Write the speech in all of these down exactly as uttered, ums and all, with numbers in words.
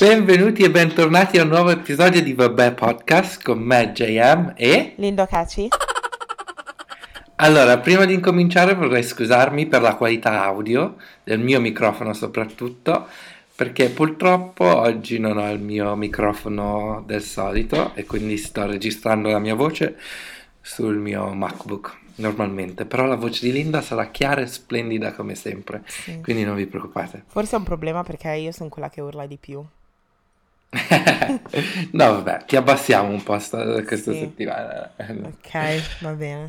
Benvenuti e bentornati a un nuovo episodio di Vabbè Podcast con me, J M e... Lindo Caci. Allora, prima di incominciare vorrei scusarmi per la qualità audio del mio microfono soprattutto, perché purtroppo oggi non ho il mio microfono del solito e quindi sto registrando la mia voce sul mio MacBook normalmente, però la voce di Linda sarà chiara e splendida come sempre, Sì. quindi non vi preoccupate. Forse è un problema perché io sono quella che urla di più. No, vabbè, ti abbassiamo un po' sta- questa Sì. settimana. Ok, va bene.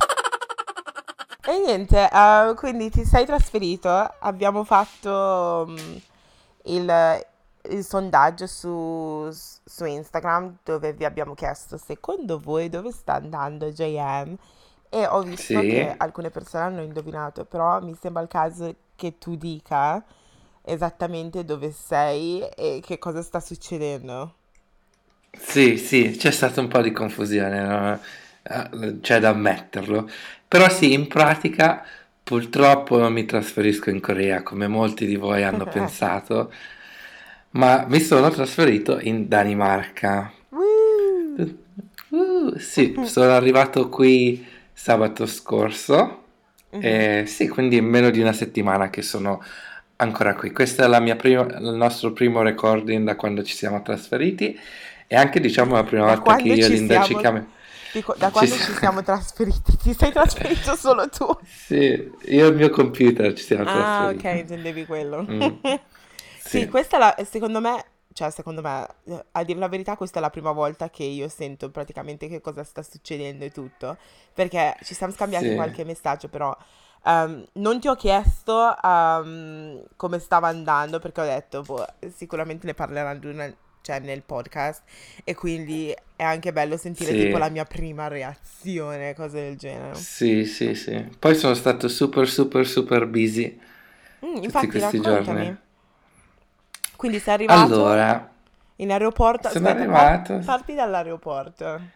E niente, eh, quindi ti sei trasferito, abbiamo fatto mm, il, il sondaggio su, su Instagram dove vi abbiamo chiesto secondo voi dove sta andando J M e ho visto che Sì, alcune persone hanno indovinato, però mi sembra il caso che tu dica esattamente dove sei e che cosa sta succedendo. sì, sì, c'è stata un po' di confusione, no? Eh, c'è da ammetterlo. Però sì, in pratica purtroppo non mi trasferisco in Corea come molti di voi hanno pensato, ma mi sono trasferito in Danimarca. Woo! Uh, sì, sono arrivato qui sabato scorso Mhm. e sì, quindi in meno di una settimana che sono ancora qui. Questo è la mia prima, il nostro primo recording da quando ci siamo trasferiti e anche diciamo la prima Da volta che quando io e ci Linda ci siamo, chiamiamo. dico, da Ci quando ci siamo. siamo trasferiti? Ti sei trasferito solo tu? Sì, io e il mio computer ci siamo Ah, ok, trasferiti. intendevi quello. Mm, Sì, sì, questa è la, secondo me, cioè secondo me, eh, a dire la verità, questa è la prima volta che io sento praticamente che cosa sta succedendo e tutto, perché ci siamo scambiati sì. qualche messaggio, però ehm, non ti ho chiesto ehm, come stava andando, perché ho detto, boh, sicuramente ne parleranno nel, cioè, nel podcast, e quindi è anche bello sentire tipo la Sì, mia prima reazione, cose del genere. sì, sì, sì. Poi sono stato super, super, super busy Mm, tutti infatti, questi giorni. raccontami. Quindi sei arrivato Allora, in aeroporto? sono Aspetta, par- arrivato. parti dall'aeroporto.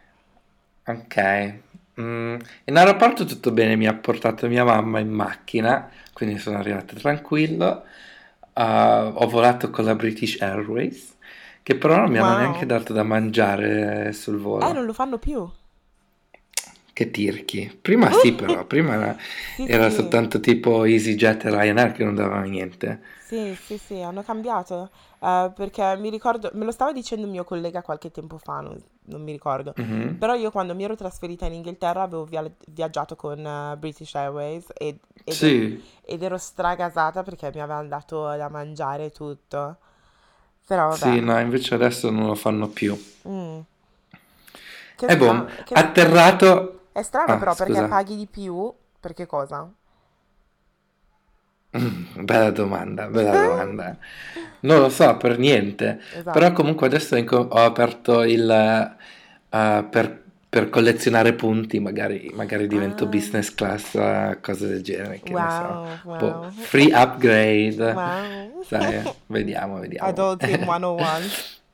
Ok. Mm, in aeroporto tutto bene, mi ha portato mia mamma in macchina, quindi sono arrivato tranquillo. Uh, ho volato con la British Airways, che però non mi hanno neanche Wow. dato da mangiare sul Eh, volo. non lo fanno più. Che tirchi. Prima sì, però, prima era, Sì, era sì. soltanto tipo EasyJet e Ryanair che non davano niente. Sì, sì, sì, hanno cambiato. Eh, perché mi ricordo, me lo stava dicendo un mio collega qualche tempo fa, non, non mi ricordo. Mhm. Però io quando mi ero trasferita in Inghilterra avevo via- viaggiato con eh, British Airways ed, ed ero, Sì, ed ero stragasata perché mi avevano dato da mangiare e tutto. Però sì, vabbè. no, invece adesso non lo fanno più. Mm. Che E boh, strano, che s- atterrato... è strano Ah, però perché scusa. paghi di più. Per che cosa? Mm, bella domanda, bella domanda. Non lo so per niente, però Esatto. comunque adesso inco- ho aperto il... eh, per, per collezionare punti, magari, magari divento Ah, business class, eh, cose del genere, che ne so. wow, Boh, wow. free upgrade, Wow. sai, vediamo, vediamo. Adulting centouno.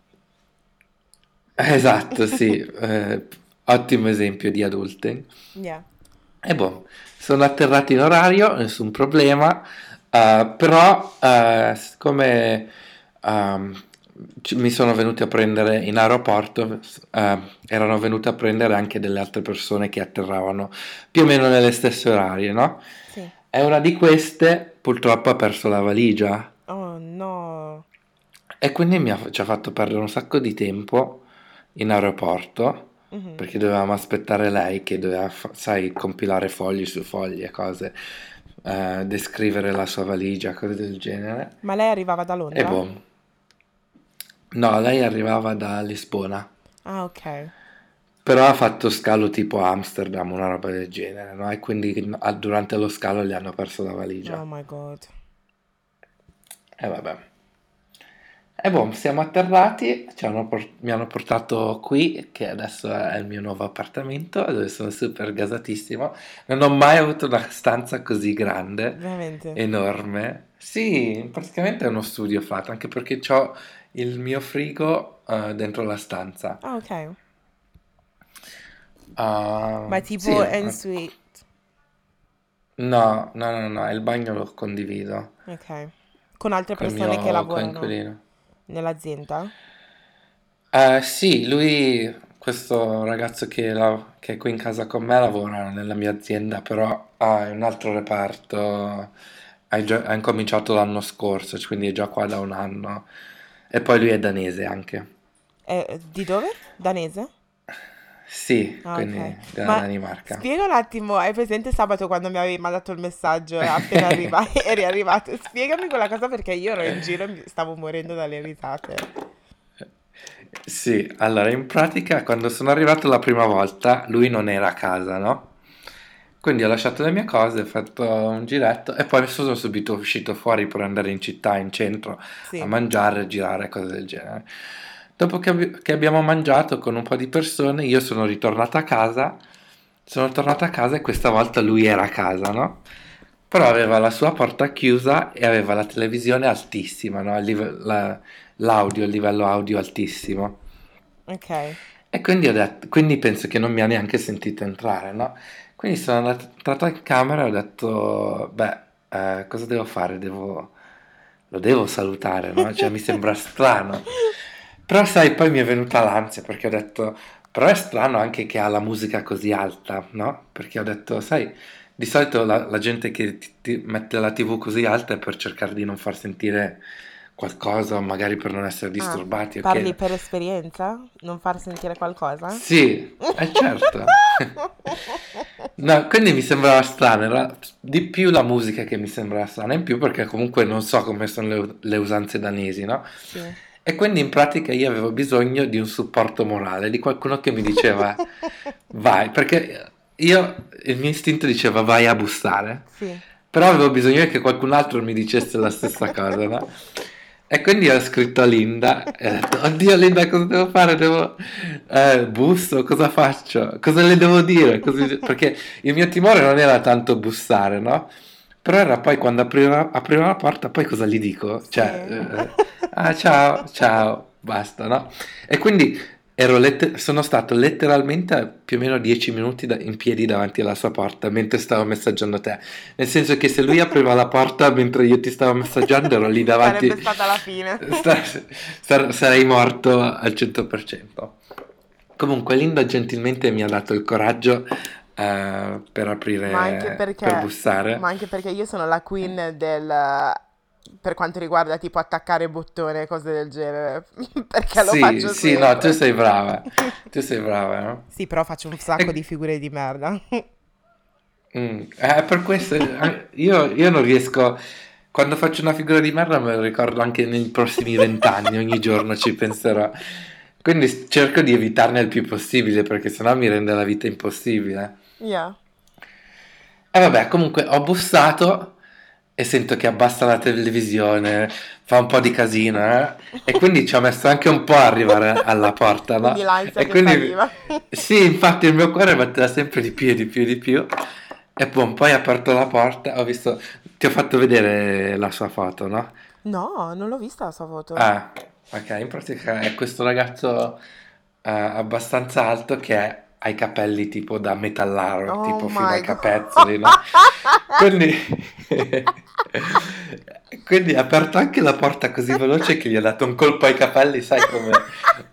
Esatto, sì, eh, ottimo esempio di adulting. Yeah. E boh, sono atterrato in orario, nessun problema, eh, però eh, siccome ehm, ci- mi sono venuti a prendere in aeroporto, eh, erano venute a prendere anche delle altre persone che atterravano più o meno nelle stesse orarie, no? Sì. E una di queste purtroppo ha perso la valigia Oh no. e quindi mi ha, ci ha fatto perdere un sacco di tempo in aeroporto Mhm. perché dovevamo aspettare lei che doveva, fa- sai, compilare fogli su fogli e cose, eh, descrivere la sua valigia, cose del genere. Ma lei arrivava da E Londra? boh, no, lei arrivava da Lisbona, Ah, ok. però ha fatto scalo tipo a Amsterdam, una roba del genere, no? E quindi a- durante lo scalo gli hanno perso la Oh valigia. my god. E vabbè. E boh, siamo atterrati, ci hanno por- mi hanno portato qui, che adesso è il mio nuovo appartamento, dove sono super gasatissimo. Non ho mai avuto una stanza così grande, Veramente. enorme. Sì, praticamente è uno studio fatto, anche perché ho il mio frigo eh, dentro la stanza. Ah, ok. Ah, Ma sì, tipo en eh, suite. no, no, no, no, il bagno lo condivido Ok. Con altre col persone che mio lavorano coinquilino. nell'azienda? Eh, sì, lui, questo ragazzo che, la- che è qui in casa con me lavora nella mia azienda, però ha un altro reparto, ha, già- ha incominciato l'anno scorso, cioè quindi è già qua da un anno. E poi lui è danese anche. Eh, di dove? Danese? Sì, Ah, ok. quindi della Ma Danimarca. spiega un attimo, hai presente sabato quando mi avevi mandato il messaggio appena arriva, eri arrivato? Spiegami quella cosa perché io ero in giro e mi- stavo morendo dalle risate. Sì, allora in pratica quando sono arrivato la prima volta lui non era a casa, no? Quindi ho lasciato le mie cose, ho fatto un giretto e poi sono subito uscito fuori per andare in città, in centro, a Sì, mangiare, a girare, cose del genere. Dopo che, abbi- che abbiamo mangiato con un po' di persone, io sono ritornato a casa, sono tornato a casa e questa volta lui era a casa, no? Però aveva la sua porta chiusa e aveva la televisione altissima, no? Il live- la- l'audio, il livello audio altissimo. ok. E quindi ho detto, quindi penso che non mi ha neanche sentito entrare, no? Quindi sono andato, entrato in camera e ho detto, beh, eh, cosa devo fare? Devo, lo devo salutare, no? Cioè mi sembra strano. Però sai, poi mi è venuta l'ansia perché ho detto, però è strano anche che ha la musica così alta, no? Perché ho detto, sai, di solito la, la gente che ti, ti mette la T V così alta è per cercare di non far sentire qualcosa, magari per non essere Ah, disturbati, parli ok? per esperienza? Non far sentire qualcosa? Sì, è certo. No, quindi mi sembrava strano, era di più la musica che mi sembrava strana, in più perché comunque non so come sono le, le usanze danesi, no? Sì. E quindi in pratica io avevo bisogno di un supporto morale, di qualcuno che mi diceva vai, perché io, il mio istinto diceva vai a bussare, Sì. però avevo bisogno che qualcun altro mi dicesse la stessa cosa, no? E quindi ho scritto a Linda e ho detto, oddio Linda, cosa devo fare? Devo... eh, busso, cosa faccio? Cosa le devo dire? Così- Perché il mio timore non era tanto bussare, no? Però era poi quando apriva, apriva la porta, poi cosa gli dico? Cioè, Sì. eh, ah ciao, ciao, basta, no? E quindi ero lette- sono stato letteralmente più o meno dieci minuti da- in piedi davanti alla sua porta mentre stavo messaggiando te. Nel senso che se lui apriva la porta mentre io ti stavo messaggiando, ero lì Sarebbe davanti, stata la fine. sta- sar- sarei morto al cento per cento. Comunque, Linda gentilmente mi ha dato il coraggio eh, per Ma anche aprire, per perché, bussare. ma anche perché io sono la queen del, per quanto riguarda tipo attaccare bottone e cose del genere, perché lo Sì, faccio sì, no, tu sempre. sei brava, tu sei brava, no? Sì, però faccio un sacco di E- figure di merda. mm, eh, per questo eh, io, io non riesco, quando faccio una figura di merda me lo ricordo anche nei prossimi vent'anni, ogni giorno ci penserò. Quindi s- cerco di evitarne il più possibile perché sennò mi rende la vita impossibile. Yeah. E vabbè, comunque ho bussato e sento che abbassa la televisione, fa un po' di casino, eh? E quindi ci ho messo anche un po' a arrivare alla porta, Quindi no? l'ansia E che quindi saliva. sì, infatti il mio cuore batteva sempre di più e di più e di più. E poi, poi ho aperto la porta, ho visto, ti ho fatto vedere la sua foto, no? No, non l'ho vista la sua foto. Ah, ok, in pratica è questo ragazzo eh, abbastanza alto che ha i capelli tipo da metallaro, Oh tipo fino ai my god. capezzoli, no? Quindi, quindi ha aperto anche la porta così veloce che gli ha dato un colpo ai capelli, sai come...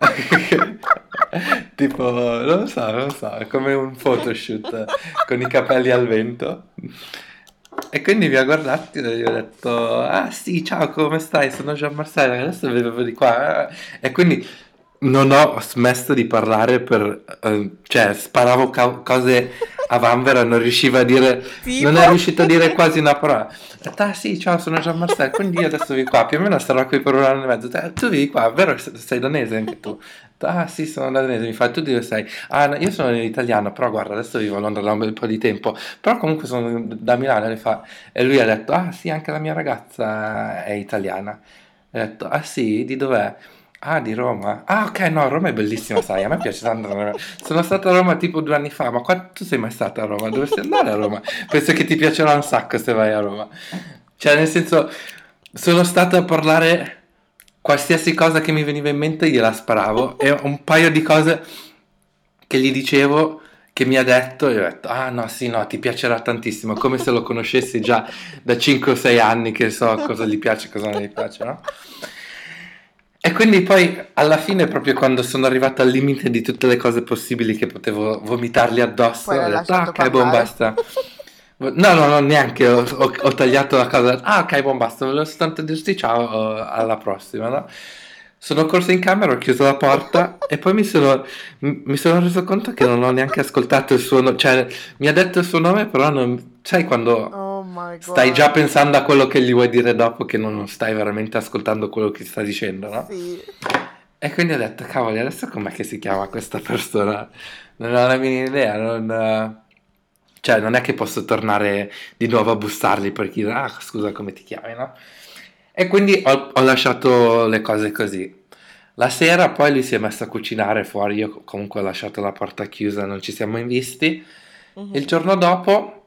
tipo, non lo so, non lo so, è come un photoshoot con i capelli al vento. E quindi mi ha guardato e gli ho detto, ah sì, ciao, come stai? Sono Gian Marcello, adesso vedo di qua. eh." E quindi non ho smesso di parlare per, eh, cioè sparavo ca- cose a vanvera, non riuscivo a dire, non Tipo? è riuscito a dire quasi una parola. Ho detto, ah sì, ciao, sono Gian Marcello, quindi io adesso vivi qua, più o meno sarò qui per un anno e mezzo. "Eh, Tu vivi qua, vero? Sei danese anche tu? Ho detto, ah sì, sono danese, mi fa, tu dove sei? Ah, no, io sono italiano, però guarda, adesso vivo a Londra da un bel po' di tempo, però comunque sono da Milano, e le fa, e lui ha detto, ah sì, anche la mia ragazza è italiana. E ho detto, ah sì, di dov'è? Ah, di Roma. Ah, ok, no, Roma è bellissima, sai, a me piace tanto. Roma. Sono stato a Roma tipo due anni fa, ma qua tu sei mai stato a Roma? Dovresti andare a Roma. Penso che ti piacerà un sacco se vai a Roma. Cioè, nel senso, sono stato a parlare qualsiasi cosa che mi veniva in mente, gliela sparavo e un paio di cose che gli dicevo che mi ha detto e ho detto ah no sì no ti piacerà tantissimo come se lo conoscessi già da cinque o sei anni che so cosa gli piace e cosa non gli piace, no? E quindi poi alla fine, proprio quando sono arrivato al limite di tutte le cose possibili che potevo vomitargli Poi addosso, ho l'hai detto, ah, lasciato ok, buon, parlare. basta. No, no, no, neanche, ho, ho- ho tagliato la cosa. Ah, ok, buon, basta, volevo soltanto dirti ciao, oh, alla prossima, no? Sono corso in camera, ho chiuso la porta e poi mi sono, m- mi sono reso conto che non ho neanche ascoltato il suo nome, cioè mi ha detto il suo nome, però non, sai quando Oh my stai già god. pensando a quello che gli vuoi dire dopo che non stai veramente ascoltando quello che sta dicendo, no? Sì. E quindi ho detto, cavoli, adesso com'è che si chiama questa persona? Non ho la minima idea, non... Cioè, non è che posso tornare di nuovo a bussargli per chiedere, ah, scusa, come ti chiami, no? E quindi ho, ho lasciato le cose così. La sera poi lui si è messo a cucinare fuori, io comunque ho lasciato la porta chiusa, non ci siamo mai visti. Il Mhm. giorno dopo,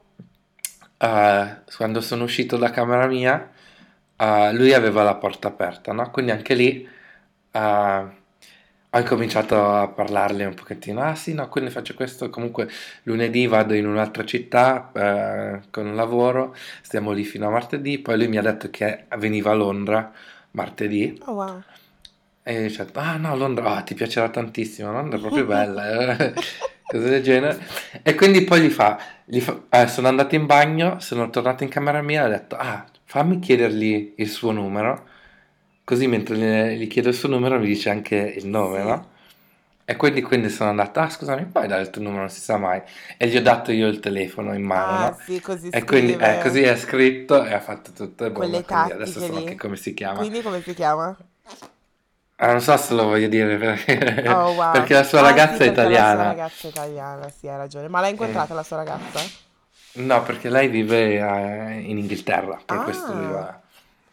eh, quando sono uscito da camera mia, eh, lui aveva la porta aperta, no? Quindi anche lì eh, ho incominciato a parlargli un pochettino. Ah sì, no, quindi faccio questo. Comunque lunedì vado in un'altra città eh, con un lavoro, stiamo lì fino a martedì. Poi lui mi ha detto che veniva a Londra martedì. Oh wow. E io ho detto, ah no, Londra, ah, ti piacerà tantissimo, Londra è proprio bella, eh, cose del genere. E quindi poi gli fa, gli fa- eh, sono andato in bagno, sono tornato in camera mia e ho detto, ah, fammi chiedergli il suo numero, così mentre gli, gli chiedo il suo numero mi dice anche il nome, Sì. no? E quindi, quindi sono andato, ah scusami, puoi dare il tuo numero, non si sa mai. E gli ho dato io il telefono in mano, Ah, no? sì, così E quindi eh, così scrive. è scritto e ha fatto tutto e boom, Quelle e quindi adesso tattiche so anche lì. come si chiama. Quindi come si chiama? Ah, non so se lo voglio dire perché, Oh wow. perché la sua Ah sì, ragazza è perché la sua italiana. ragazza è italiana, sì, hai ragione. Ma l'hai Mm. incontrata la sua ragazza? No, perché lei vive eh, in Inghilterra, per questo lui Ah, va.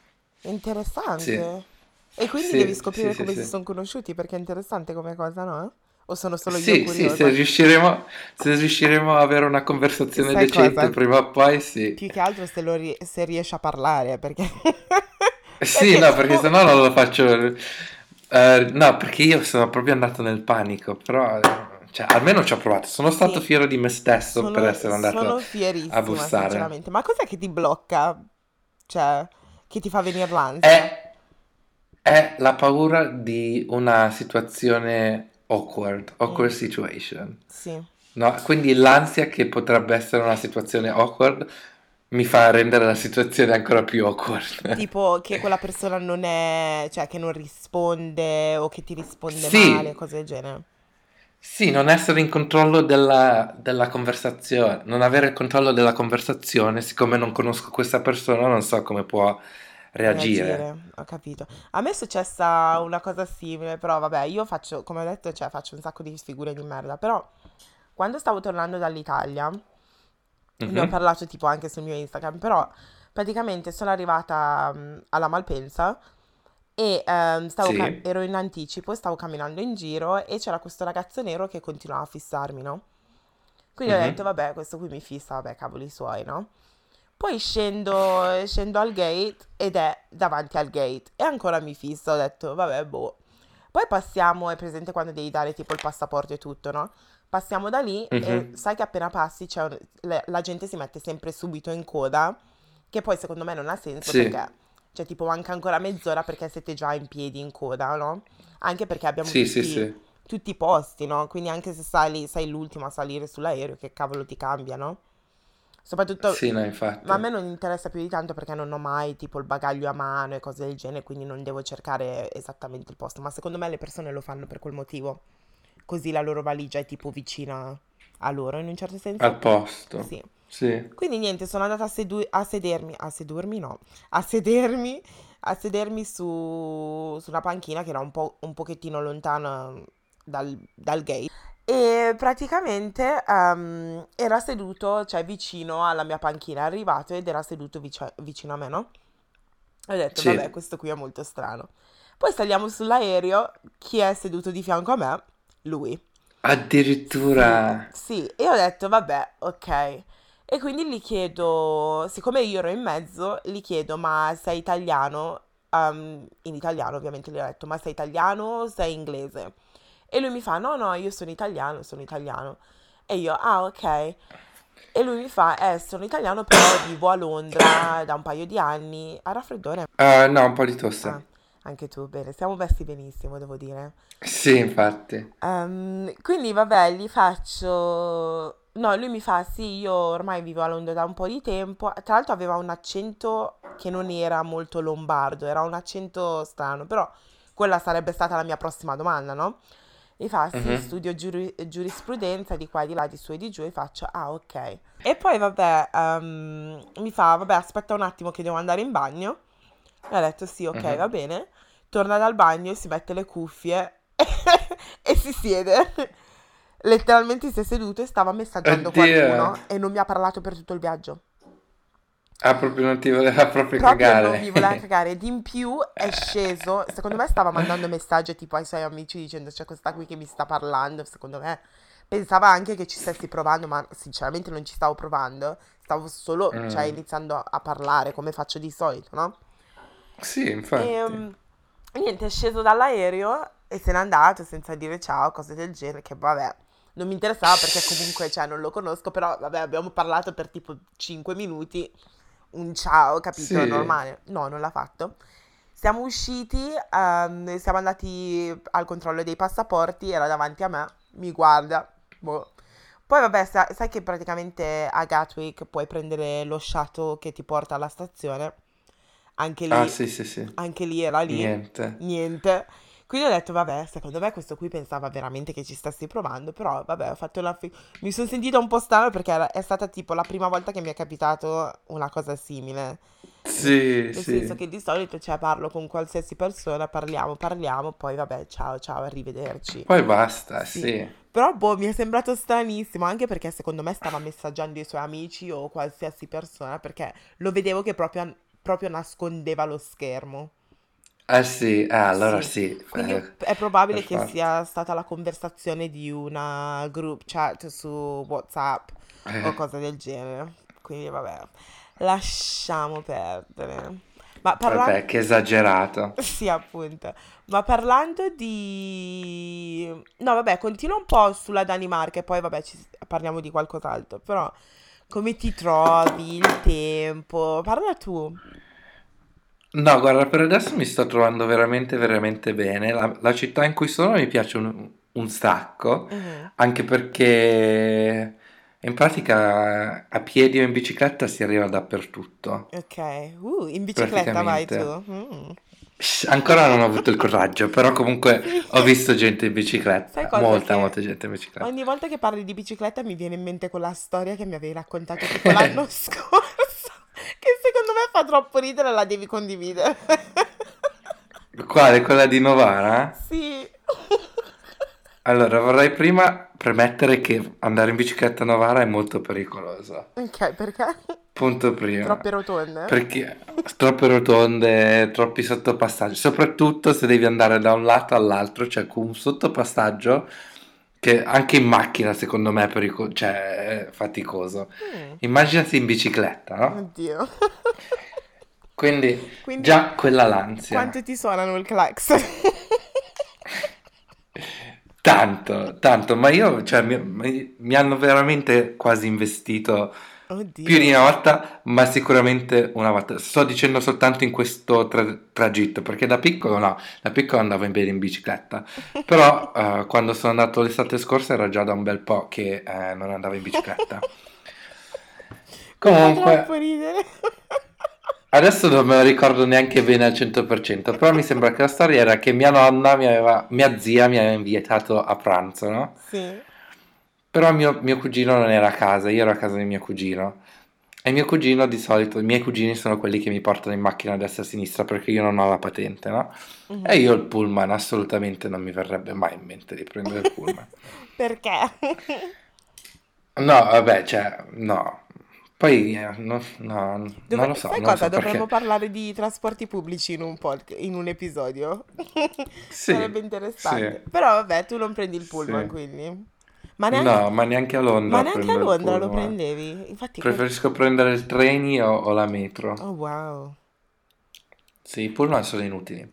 Sì, interessante. E quindi devi sì, sì, scoprire sì, come si sì. sono conosciuti, perché è interessante come cosa, no? O sono solo io Sì, sì, se curiosa? riusciremo, se riusciremo a avere una conversazione Sai decente cosa? prima o poi, sì. Più che altro se, lo ri- se riesci a parlare, perché... Sì, perché no, perché tu... sennò non lo faccio. Eh, no, perché io sono proprio andato nel panico, però, eh, cioè, almeno ci ho provato. Sono stato Sì, fiero di me stesso per sono, essere andato sono a fierissima, bussare. sinceramente. Ma cos'è che ti blocca? Cioè, che ti fa venire l'ansia? È, è la paura di una situazione awkward, awkward Mm, situation. sì. No? Quindi l'ansia che potrebbe essere una situazione awkward mi fa rendere la situazione ancora più awkward. Tipo che quella persona non è, cioè che non risponde o che ti risponde male, Sì, cose del genere. sì, non essere in controllo della, della conversazione, non avere il controllo della conversazione, siccome non conosco questa persona, non so come può reagire. Reagire, ho capito. A me è successa una cosa simile, però vabbè, io faccio, come ho detto, cioè faccio un sacco di figure di merda, però quando stavo tornando dall'Italia, ne ho Mhm. parlato tipo anche sul mio Instagram, però praticamente sono arrivata mm, alla Malpensa e ehm, stavo ca- Sì. ero in anticipo, stavo camminando in giro e c'era questo ragazzo nero che continuava a fissarmi, no? Quindi ho detto, Mhm. vabbè, questo qui mi fissa, vabbè, cavoli suoi, no? Poi scendo, scendo al gate ed è davanti al gate e ancora mi fissa, ho detto, vabbè, boh. Poi passiamo, è presente quando devi dare tipo il passaporto e tutto, no? Passiamo da lì e Mhm. sai che appena passi c'è un- le- la gente si mette sempre subito in coda, che poi secondo me non ha senso Sì, perché, cioè tipo manca ancora mezz'ora perché siete già in piedi in coda, no? Anche perché abbiamo sì, sì, tutti, sì. tutti i posti, no? Quindi anche se sali, sei l'ultimo a salire sull'aereo, che cavolo ti cambia, no? Soprattutto, Sì, no, ma a infatti. me non interessa più di tanto perché non ho mai tipo il bagaglio a mano e cose del genere, quindi non devo cercare esattamente il posto. Ma secondo me le persone lo fanno per quel motivo. Così la loro valigia è tipo vicina a loro, in un certo Al senso. posto. Sì. Sì. Quindi niente, sono andata a, sedu- a sedermi, a sedurmi no, a sedermi, a sedermi su, su una panchina che era un po', un pochettino lontana dal, dal gate. E praticamente ehm, era seduto, cioè vicino alla mia panchina, è arrivato ed era seduto vici- vicino a me, no? E ho detto, vabbè, Sì. questo qui è molto strano. Poi saliamo sull'aereo, chi è seduto di fianco a me? Lui. Sì, Addirittura. sì, e ho detto, vabbè, ok. E quindi gli chiedo, siccome io ero in mezzo, gli chiedo, ma sei italiano? Um, in italiano ovviamente gli ho detto, ma sei italiano o sei inglese? E lui mi fa, no, no, io sono italiano, sono italiano. E io, ah, ok. E lui mi fa, eh, sono italiano, però vivo a Londra da un paio di anni. Ha raffreddore? Ah, no, un po' di Ah, tosse. Anche tu, bene, siamo messi benissimo, devo dire. Sì, infatti. Ehm, quindi vabbè, gli faccio... No, lui mi fa, sì, io ormai vivo a Londra da un po' di tempo. Tra l'altro aveva un accento che non era molto lombardo, era un accento strano, però quella sarebbe stata la mia prossima domanda, no? Mi fa, sì, Mhm, studio giuri- giurisprudenza di qua, di là, di su e di giù, e faccio, ah, ok. E poi vabbè, ehm, mi fa, vabbè, aspetta un attimo che devo andare in bagno. E ho detto, sì, ok, va mhm. bene. Torna dal bagno, si mette le cuffie e si siede. Letteralmente si è seduto e stava messaggiando Oddio, qualcuno e non mi ha parlato per tutto il viaggio. ah, proprio non ti voleva proprio Proprio non cagare. mi voleva cagare. Ed in più è sceso. Secondo me stava mandando messaggi tipo ai suoi amici dicendo c'è questa qui che mi sta parlando. Secondo me pensava anche che ci stessi provando, ma sinceramente non ci stavo provando. Stavo solo, cioè, Mm, iniziando a parlare come faccio di solito, no? sì, E infatti. mm, niente, è sceso dall'aereo e se n'è andato senza dire ciao, cose del genere, che vabbè, non mi interessava perché comunque, cioè, non lo conosco, però vabbè, abbiamo parlato per tipo cinque minuti, un ciao, capito, Sì. normale. No, non l'ha fatto. Siamo usciti, ehm, siamo andati al controllo dei passaporti, era davanti a me, mi guarda, boh. Poi vabbè, sa- sai che praticamente a Gatwick puoi prendere lo shuttle che ti porta alla stazione? Anche Ah, lì, sì, sì, sì. anche lì era lì, Niente. niente. Quindi ho detto, vabbè, secondo me questo qui pensava veramente che ci stessi provando, però vabbè, ho fatto la... fi- mi sono sentita un po' strana perché era- è stata tipo la prima volta che mi è capitato una cosa simile. Nel, Sì, nel senso sì. che di solito, cioè, parlo con qualsiasi persona, parliamo, parliamo, poi vabbè, ciao, ciao, arrivederci. Poi basta, Sì. sì. Però, boh, mi è sembrato stranissimo, anche perché secondo me stava messaggiando i suoi amici o qualsiasi persona, perché lo vedevo che proprio, proprio nascondeva lo schermo. Ah, sì, ah, allora Sì, sì, quindi eh, è per probabile che forza. sia stata la conversazione di una group chat su WhatsApp o Eh, cose del genere. Quindi vabbè, lasciamo perdere. Ma vabbè, parlando... che esagerato. Sì, appunto. Ma parlando di... No, vabbè, continua un po' sulla Danimarca e poi vabbè ci... parliamo di qualcos'altro. Però come ti trovi, il tempo? Parla tu. No, guarda, per adesso mi sto trovando veramente, veramente bene. La, la città in cui sono mi piace un, un sacco, Mhm. anche perché in pratica a piedi o in bicicletta si arriva dappertutto, Ok. Uh, in bicicletta vai tu? praticamente. Mm. Sh, ancora non ho avuto il coraggio, però comunque Sì. ho visto gente in Sai bicicletta, cosa molta, che molta gente in bicicletta. ogni volta che parli di bicicletta mi viene in mente quella storia che mi avevi raccontato tipo l'anno scorso, che secondo me fa troppo ridere, la devi condividere. Quale? Quella di Novara? Sì. Allora, vorrei prima premettere che andare in bicicletta a Novara è molto pericoloso. Ok, perché? Punto primo. Troppe rotonde? Perché troppe rotonde, troppi sottopassaggi, soprattutto se devi andare da un lato all'altro, cioè con un sottopassaggio che anche in macchina secondo me è pericolo- cioè, è faticoso. Mm, Immaginati in bicicletta, no? oddio. Quindi Quindi già quella l'ansia. quanto ti suonano il clacson? Tanto, tanto, ma io, cioè, mi, mi- mi hanno veramente quasi investito più di Oddio. una volta, ma sicuramente una volta. Sto dicendo soltanto in questo tra- tragitto, perché da piccolo no, da piccolo andavo in bene in bicicletta, però eh, quando sono andato l'estate scorsa era già da un bel po' che eh, non andavo in bicicletta. Mi fa Comunque, troppo ridere. adesso non me lo ricordo neanche bene al cento per cento, però mi sembra che la storia era che mia nonna mi aveva, mia zia mi aveva invitato a pranzo, no? Sì. Però mio, mio cugino non era a casa, io ero a casa di mio cugino. E mio cugino di solito, i miei cugini sono quelli che mi portano in macchina a destra e a sinistra perché io non ho la patente, no? E Mhm. io il pullman assolutamente non mi verrebbe mai in mente di prendere il pullman. Perché? No, vabbè, cioè, no. Poi, eh, no, no, non Dov- lo so, sai non lo cosa? so Dovremmo perché. parlare di trasporti pubblici in un pod- in un episodio. Sarebbe Sì, sì, interessante. Però vabbè, tu non prendi il pullman, sì. quindi. Ma neanche, No, ma neanche a ma Londra neanche a prendo il Londra lo pullman. prendevi. Infatti, quel... Preferisco prendere il treni o, o la metro. Oh wow. Sì, i pullman sono inutili.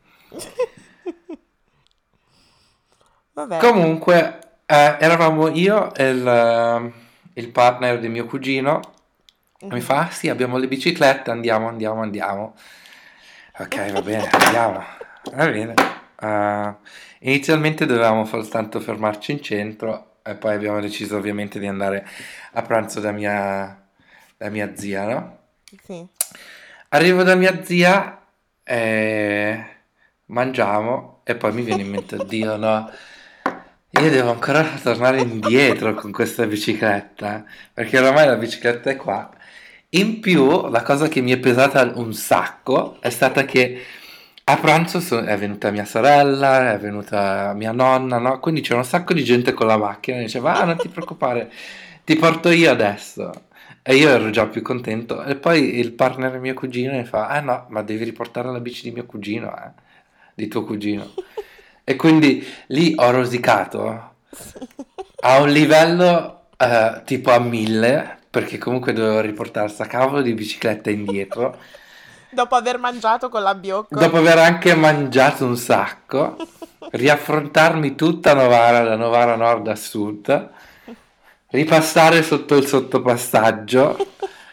Vabbè. Comunque, eh, eravamo io e il, eh, il partner di mio cugino. E mi Mhm. fa: "Ah, sì, abbiamo le biciclette, andiamo, andiamo, andiamo." Ok, va bene, andiamo. Va bene. Ah, inizialmente dovevamo soltanto fermarci in centro e poi abbiamo deciso ovviamente di andare a pranzo da mia, da mia zia, no? Sì. Arrivo da mia zia e mangiamo e poi mi viene in mente, oddio, no, io devo ancora tornare indietro con questa bicicletta, perché oramai la bicicletta è qua. In più, la cosa che mi è pesata un sacco è stata che a pranzo so- è venuta mia sorella, è venuta mia nonna, no? Quindi c'era un sacco di gente con la macchina e diceva, ah, non ti preoccupare, ti porto io adesso. E io ero già più contento. E poi il partner mio cugino mi fa, ah no, ma devi riportare la bici di mio cugino, eh, di tuo cugino. E quindi lì ho rosicato a un livello eh, tipo a mille, perché comunque dovevo riportare sta cavolo di bicicletta indietro, Dopo aver mangiato con la dopo Biocco. aver anche mangiato un sacco, riaffrontarmi tutta Novara, da Novara Nord a Sud, ripassare sotto il sottopassaggio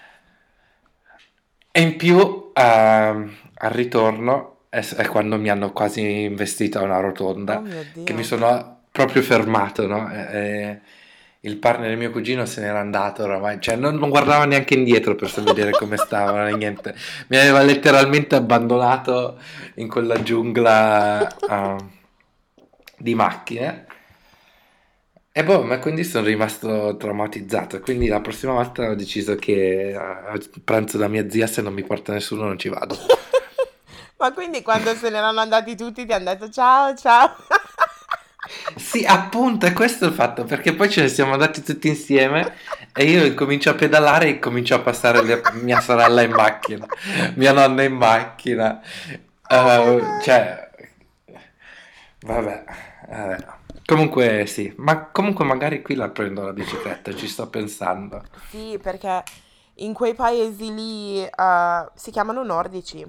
e in più ehm, al ritorno è, è quando mi hanno quasi investito a una Oh rotonda mio che mi Dio. sono proprio fermato, no? E- e il partner del mio cugino se n'era andato oramai, cioè non, non guardava neanche indietro per vedere come stava, né niente. Mi aveva letteralmente abbandonato in quella giungla ah, di macchine. E boh, ma quindi sono rimasto traumatizzato. Quindi la prossima volta ho deciso che a a pranzo da mia zia, se non mi porta nessuno, non ci vado. Ma quindi quando se ne erano andati tutti ti hanno detto ciao, ciao. Sì, appunto, è questo il fatto, perché poi ce ne siamo andati tutti insieme e io incomincio a pedalare e comincio a passare le- mia sorella in macchina, mia nonna in macchina. Oh my Eh, god. cioè, vabbè, vabbè. Comunque sì, ma comunque magari qui la prendo la bicicletta, ci sto pensando. Sì, perché in quei paesi lì eh, si chiamano nordici.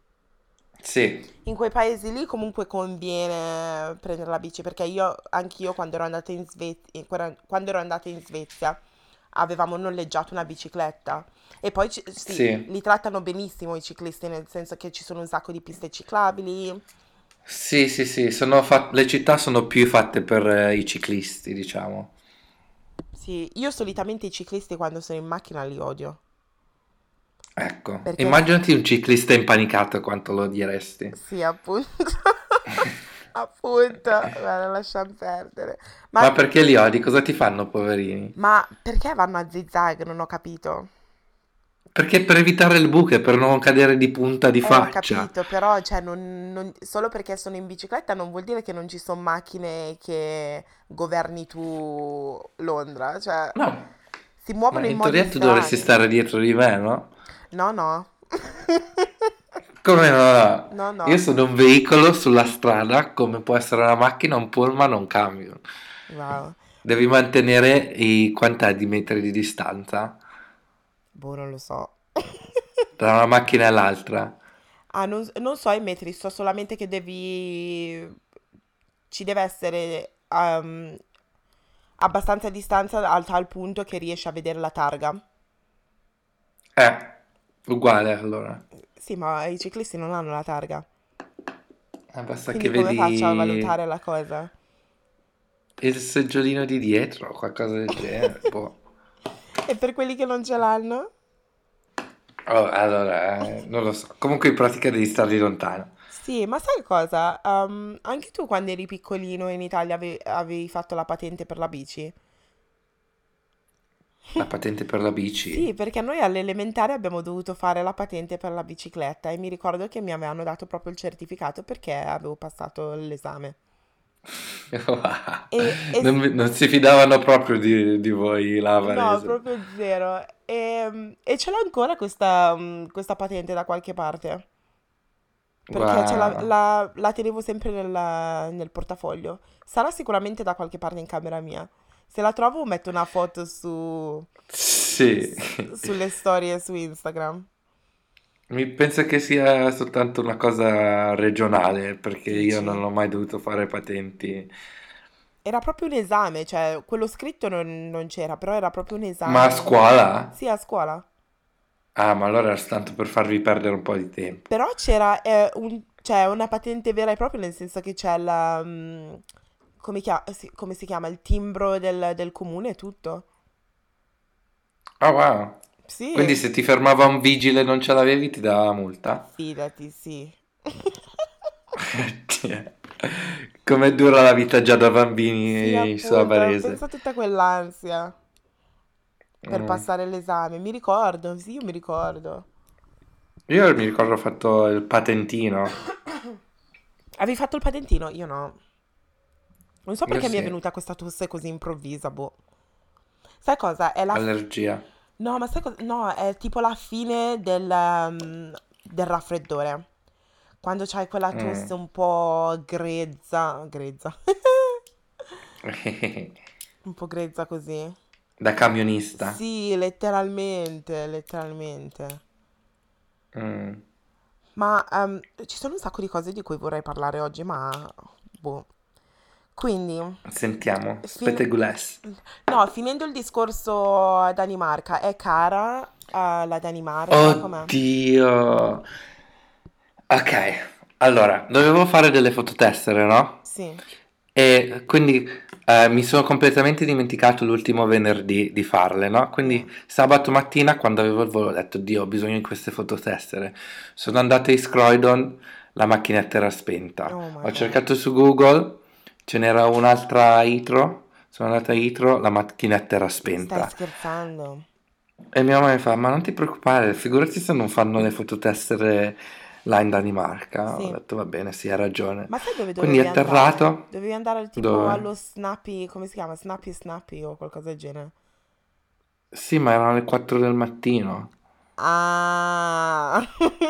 Sì, In quei paesi lì comunque conviene prendere la bici perché io, anch'io quando ero andata in Svezia, quando ero andata in Svezia avevamo noleggiato una bicicletta e poi ci- sì, sì. li trattano benissimo i ciclisti nel senso che ci sono un sacco di piste ciclabili. Sì, sì, sì, sono fat- le città sono più fatte per eh, i ciclisti, diciamo. Sì, io solitamente i ciclisti quando sono in macchina li odio Ecco, perché s- immaginati un ciclista impanicato quanto lo diresti. sì, appunto. Appunto, guarda, lasciamo perdere. Ma Ma, perché li odi? Cosa ti fanno, poverini? ma perché vanno a zigzag? Non ho capito. Perché per evitare le buche, per non cadere di punta di Eh, ho faccia. capito, però, cioè, non- non- solo perché sono in bicicletta non vuol dire che non ci sono macchine che governi tu Londra, cioè, No, si ma muovono in in modi teoria tu dovresti strani. stare dietro di me, no? No, no. Come no? No, Io no. sono un veicolo sulla strada, come può essere una macchina, un pullman o un camion. Wow. Devi mantenere i quant'è di metri di distanza Boh, non lo so. tra una macchina e l'altra. Ah, non, non so i metri, so solamente che devi... Ci deve essere ehm, abbastanza distanza al tal punto che riesci a vedere la targa. Eh, uguale allora. Sì, ma i ciclisti non hanno la targa. Eh, basta che Quindi come faccio a vedi valutare la cosa? il seggiolino di dietro, qualcosa del genere. Boh. E per quelli che non ce l'hanno? Oh, allora, eh, non lo so. Comunque in pratica devi starli lontano. Sì, ma sai cosa? Um, anche tu quando eri piccolino in Italia ave- avevi fatto la patente per la bici? La patente per la Sì, bici. perché noi all'elementare abbiamo dovuto fare la patente per la bicicletta e mi ricordo che mi avevano dato proprio il certificato perché avevo passato l'esame. E, e Non, s- mi- non si fidavano proprio di, di voi, là a no, Varese. proprio zero. E, e ce l'ho ancora questa, mm, questa patente da qualche parte. Perché ce la, Guarda, la- la tenevo sempre nella- nel portafoglio. Sarà sicuramente da qualche parte in camera mia. Se la trovo metto una foto su, sì. s- sulle storie su Instagram. Mi penso che sia soltanto una cosa regionale, perché io non Dici? ho mai dovuto fare patenti. Era proprio un esame, cioè quello scritto non, non c'era, però era proprio un Ma a esame. scuola? Sì, a scuola. Ah, ma allora era soltanto per farvi perdere un po' di tempo. Però c'era, eh, un- Cioè, è una patente vera e propria, nel senso che c'è la... mm, come, chia- si, come si chiama? Il timbro del, del comune e tutto. Ah, wow. Quindi Sì, se ti fermava un vigile e non ce l'avevi, ti dava la multa? fidati, sì. Cioè, com'è dura la vita già da Sì, bambini su appunto, Varese. pensa a tutta quell'ansia per Mm. passare l'esame. Mi ricordo, sì, io mi ricordo. Io mi ricordo ho fatto il patentino. Avevi fatto il patentino? Io no. Non so Io perché mi è sì, venuta questa tosse così improvvisa, boh. Sai cosa? È la... f- allergia. No, ma sai cosa? No, è tipo la fine del, um, del raffreddore. Quando c'hai quella Mm. tosse un po' grezza, grezza, un po' grezza così. Da camionista. Sì, letteralmente, letteralmente. Mm. Ma ehm, ci sono un sacco di cose di cui vorrei parlare oggi, ma boh. Quindi, Sentiamo, fin- spetegules. no, finendo il discorso Danimarca, è cara eh, la Danimarca? Com'è? Oddio. Ok, allora, dovevo fare delle fototessere, no? Sì. E quindi eh, mi sono completamente dimenticato l'ultimo venerdì di farle, no? Yeah. Quindi sabato mattina, quando avevo il volo, ho detto, Dio, ho bisogno di queste fototessere. Sono andato in Croydon, la macchinetta era spenta. Oh my Ho God. cercato su Google, ce n'era un'altra a Itro, sono andato a Itro, la macchinetta era Stai spenta. scherzando? E mia mamma mi fa, ma non ti preoccupare, figurati se non fanno le fototessere là in Danimarca. Ho Sì. detto, va bene, sì, ha ragione. Ma sai dove Quindi dovevi andare? atterrato, Dovevi andare tipo dove? allo Snappy, come si chiama? Snappy Snappy o qualcosa del genere. Sì, ma erano le quattro del mattino. Ah,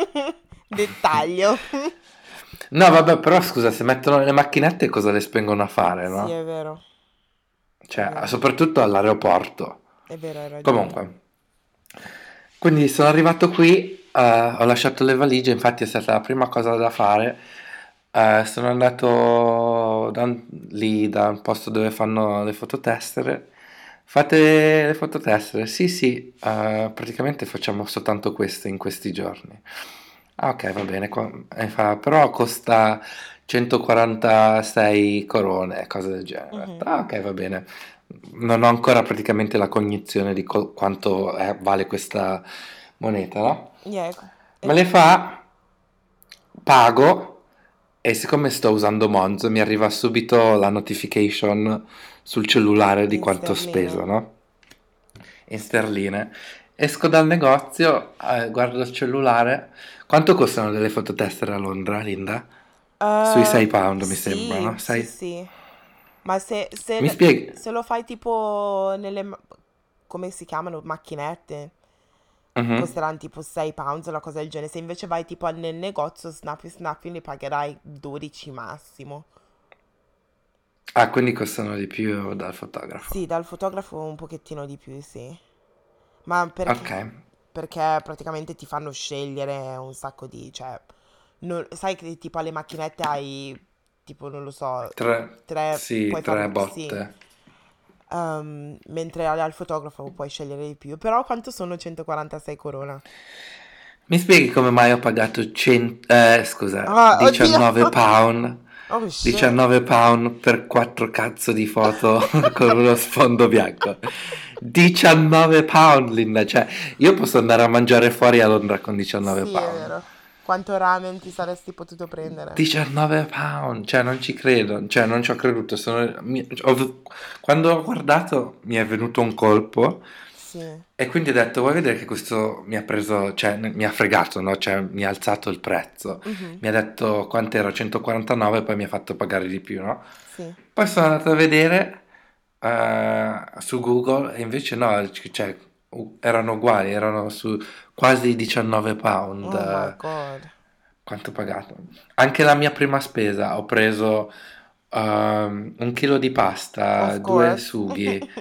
dettaglio. No, vabbè, però scusa, se mettono le macchinette cosa le spengono a fare, Sì, no? è vero, è Cioè, vero, soprattutto all'aeroporto. è vero, hai ragione. Comunque, quindi sono arrivato qui, eh, ho lasciato le valigie, infatti è stata la prima cosa da fare. Eh, sono andato da un- lì da un posto dove fanno le fototessere. Fate le fototessere? Sì, sì, eh, praticamente facciamo soltanto queste in questi giorni. Ah, ok, va bene, qua- e fa, però costa centoquarantasei corone, cose del genere. Ho detto, Mhm. ah, ok, va bene. Non ho ancora praticamente la cognizione di co- quanto è- vale questa moneta, no? Yeah, Me e- le fa, pago e siccome sto usando Monzo mi arriva subito la notification sul cellulare di in quanto ho speso, sterline. no? In sterline. Esco dal negozio, eh, guardo il cellulare. Quanto costano delle fototessere a Londra, Linda? Sui sei Eh, pound mi sembra, sì, no? sì, sei. sì. Ma se, Mi se- spieghi? se lo fai tipo nelle, ma- come si chiamano, macchinette, Mhm. costeranno tipo sei pounds o una cosa del genere. Se invece vai tipo nel negozio Snappy Snappy ne pagherai dodici massimo. Ah, quindi costano di più dal fotografo. Sì, dal fotografo un pochettino di più, sì. Ma Ok, perché? Perché praticamente ti fanno scegliere un sacco di, cioè, non- sai che tipo alle macchinette hai, tipo, non lo so, tre, tre, sì, puoi fare, tre un- sì, botte. Ehm, mentre al al fotografo puoi scegliere di più. Però quanto sono centoquarantasei corona? Mi spieghi come mai ho pagato cento, eh, scusa, Ah, oddio! diciannove pound? Oh shit! diciannove pound per quattro cazzo di foto con uno sfondo bianco. diciannove pound, Linda, cioè io posso andare a mangiare fuori a Londra con diciannove Sì, è pound. vero. Quanto ramen ti saresti potuto prendere? diciannove pound, cioè non ci credo, cioè non ci ho creduto. Sono- mi- ho- quando ho guardato mi è venuto un colpo Sì. e quindi ho detto, vuoi vedere che questo mi ha preso, cioè ne- mi ha fregato, no? Cioè mi ha alzato il prezzo. Mhm. Mi ha detto quant'era, centoquarantanove e poi mi ha fatto pagare di più, no? Sì. Poi sono andato a vedere eh, su Google e invece no, c- cioè, u- erano uguali, erano su quasi diciannove pound. Oh my eh, God. quanto ho pagato? Anche la mia prima spesa, ho preso ehm, un chilo di pasta, Of due course. sughi,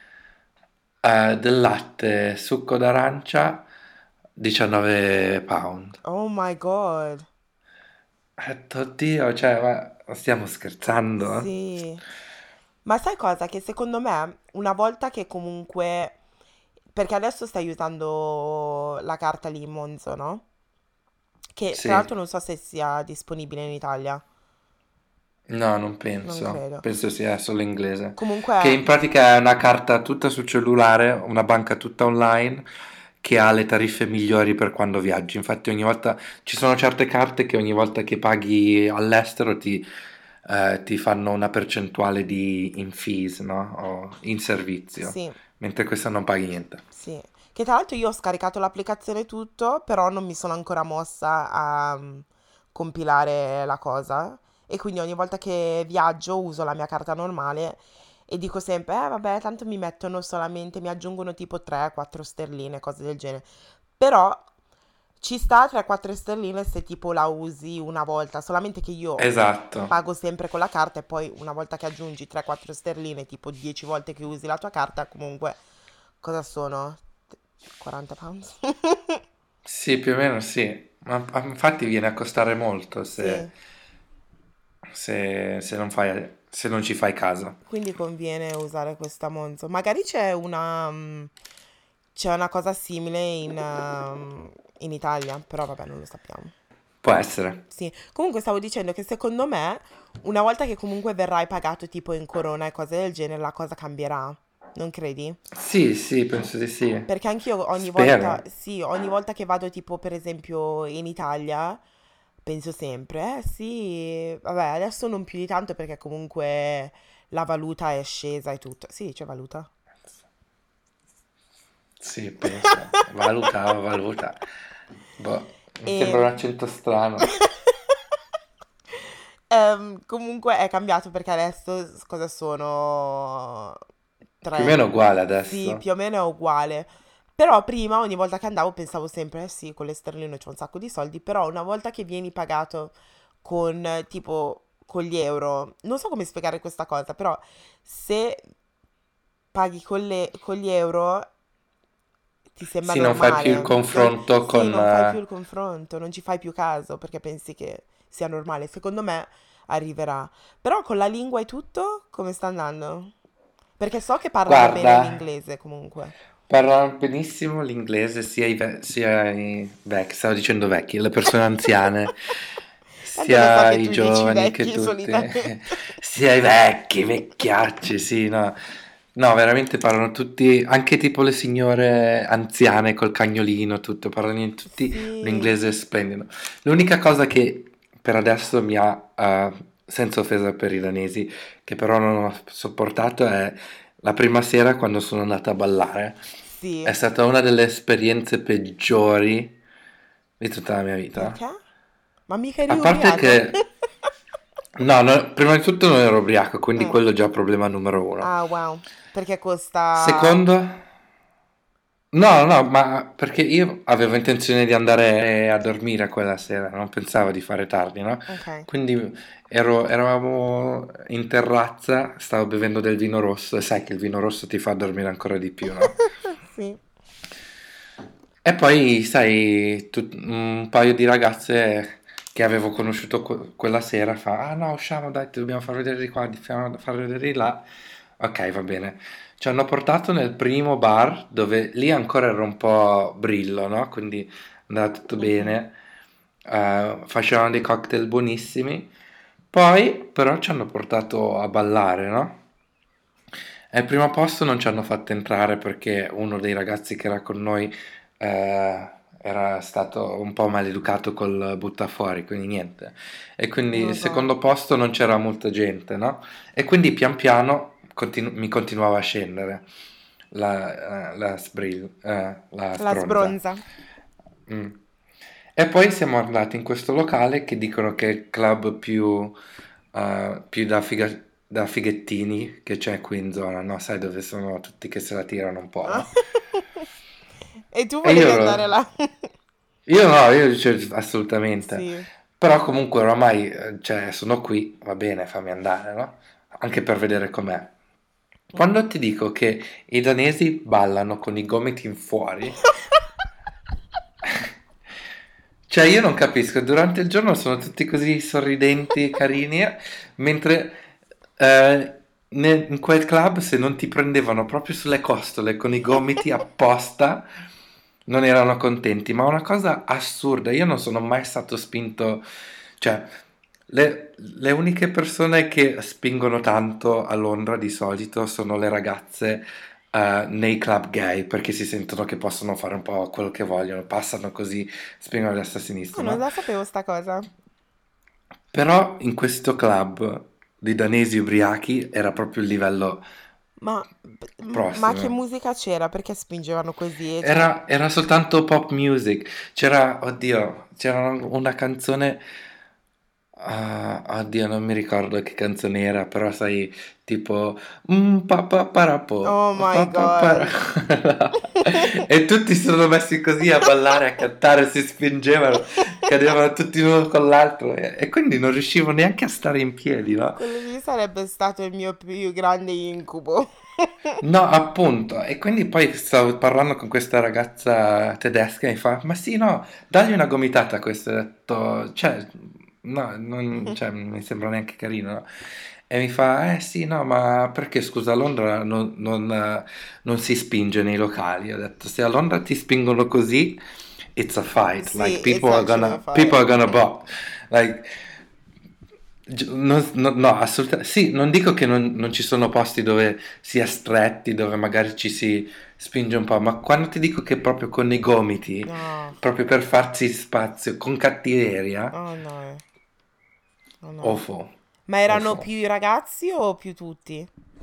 eh, del latte, succo d'arancia, diciannove pound. Oh my God. Ho detto, oddio, cioè, ma stiamo scherzando? Sì. Ma sai cosa? Che secondo me, una volta che comunque... Perché adesso stai usando la carta lì in Monzo, no? che tra Sì. l'altro non so se sia disponibile in Italia, No, non non penso. credo. Penso sia solo inglese. Comunque, Che in pratica è una carta tutta sul cellulare, una banca tutta online, che ha le tariffe migliori per quando viaggi. Infatti ogni volta ci sono certe carte che ogni volta che paghi all'estero ti, eh, ti fanno una percentuale di in fees, no? O in servizio, sì, mentre questa non paghi niente. sì. Che tra l'altro io ho scaricato l'applicazione e tutto, però non mi sono ancora mossa a mm, compilare la cosa. E quindi ogni volta che viaggio uso la mia carta normale e dico sempre, eh vabbè, tanto mi mettono solamente, mi aggiungono tipo tre quattro sterline, cose del genere. Però ci sta tre quattro sterline se tipo la usi una volta, solamente che io Esatto. pago sempre con la carta e poi una volta che aggiungi tre quattro sterline, tipo dieci volte che usi la tua carta, comunque cosa sono? quaranta pounds? Sì, più o meno sì. Ma ma infatti viene a costare molto se, Sì, se, se non fai, se non ci fai caso. quindi conviene usare questa Monzo. Magari c'è una, mm, c'è una cosa simile in, um, in Italia, però vabbè, non lo sappiamo. Può essere. Sì, comunque stavo dicendo che secondo me, una volta che comunque verrai pagato tipo in corona e cose del genere, la cosa cambierà. Non credi? Sì, sì, penso di sì. Perché anch'io ogni volta, Spero. sì, ogni volta che vado tipo per esempio in Italia, penso sempre, eh sì, vabbè, adesso non più di tanto perché comunque la valuta è scesa e tutto. Sì, c'è valuta. Sì, penso. Valuta, valuta. Boh, mi E sembra un accento strano. ehm, comunque è cambiato perché adesso s- cosa sono? Più o tre. meno uguale Sì, adesso. più o meno è uguale. Però prima, ogni volta che andavo, pensavo sempre, eh sì, con le sterline c'ho un sacco di soldi, però una volta che vieni pagato con eh, tipo con gli euro, non so come spiegare questa cosa, però se paghi con, le- con gli euro ti sembra Sì, non fai più il normale. Non- confronto sì, con... non fai più eh, il confronto, non ci fai più caso perché pensi che sia normale. Secondo me arriverà. Però con la lingua e tutto, come sta andando? Perché so che parlano Guarda, bene l'inglese comunque. parlano benissimo l'inglese sia i, ve- sia i vecchi, stavo dicendo vecchi, le persone anziane, Tanto lo so sia che i tu dici giovani che vecchi tutti, solitamente. sia i vecchi, vecchiacci, sì, no. No, veramente parlano tutti, anche tipo le signore anziane col cagnolino, tutto, parlano tutti un Sì. inglese splendido. L'unica cosa che per adesso mi ha, eh, senza offesa per i danesi, che però non ho sopportato è la prima sera quando sono andata a ballare. Sì. È stata una delle esperienze peggiori di tutta la mia vita. Perché? Ma mica eri A parte ubriaco? che, no, no, prima di tutto non ero ubriaco, quindi Eh. quello è già problema numero uno. Ah, wow. Perché costa... Secondo, no, no, ma perché io avevo intenzione di andare a dormire quella sera, non pensavo di fare tardi, no? Ok. Quindi ero- eravamo in terrazza, stavo bevendo del vino rosso e sai che il vino rosso ti fa dormire ancora di più, no? Sì. E poi, sai, tu- un paio di ragazze che avevo conosciuto que- quella sera fa, ah no, usciamo, dai, ti dobbiamo far vedere di qua, ti dobbiamo far vedere di là. Ok, va bene. Ci hanno portato nel primo bar, dove lì ancora era un po' brillo, no? Quindi andava tutto Mhm. bene, eh, facevano dei cocktail buonissimi. Poi, però, ci hanno portato a ballare, no? E al primo posto non ci hanno fatto entrare perché uno dei ragazzi che era con noi eh, era stato un po' maleducato col buttafuori, quindi niente. E quindi Oh il God. secondo posto non c'era molta gente, no? E quindi pian piano continu- mi continuava a scendere la, eh, la, sbril- eh, la La sbronza. sbronza. Mm. E poi siamo andati in questo locale che dicono che è il club più, eh, più da, figa- da fighettini che c'è qui in zona, no? Sai dove sono tutti che se la tirano un po', no? E tu E io volevi ero... andare là? Io no, io cioè, assolutamente. Sì. Però comunque oramai, eh, cioè, sono qui, va bene, fammi andare, no? Anche per vedere com'è. Mm. Quando ti dico che i danesi ballano con i gomiti in fuori, cioè io non capisco, durante il giorno sono tutti così sorridenti, carini, eh, mentre eh, ne- in quel club se non ti prendevano proprio sulle costole con i gomiti apposta, non erano contenti, ma una cosa assurda, io non sono mai stato spinto, cioè le, le uniche persone che spingono tanto a Londra di solito sono le ragazze eh, nei club gay, perché si sentono che possono fare un po' quello che vogliono, passano così, spingono a destra e a Ah, sinistra, non no? la sapevo sta cosa. Però in questo club di danesi ubriachi era proprio il livello Ma, ma che prossimo. musica c'era? Perché spingevano così? Cioè, Era, era soltanto pop music. C'era, oddio, c'era una canzone. Ah, oddio, non mi ricordo che canzone era, però sai, tipo. Mm, pa, pa, parapo, oh my pa, pa, para. god. E tutti si sono messi così a ballare, a cantare, si spingevano, cadevano tutti l'uno con l'altro. E, e quindi non riuscivo neanche a stare in piedi, no? Quello lì sarebbe stato il mio più grande incubo. No, appunto, e quindi poi stavo parlando con questa ragazza tedesca e mi fa, ma sì, no, dagli una gomitata a questo, ho detto, cioè, no, non, cioè, non mi sembra neanche carino, no? E mi fa, eh sì, no, ma perché scusa, a Londra non, non, eh, non si spinge nei locali, ho detto, se a Londra ti spingono così, it's a fight, like, Sì, it's people are actually a gonna, people fight. are gonna bop, like, Gi- non- no, no, assolutamente. Sì, non dico che non, non ci sono posti dove si è stretti, dove magari ci si spinge un po', ma quando ti dico che proprio con i gomiti, No, proprio per farsi spazio, con cattiveria, oh no, oh no. awful, Ma erano awful. più i ragazzi o più tutti?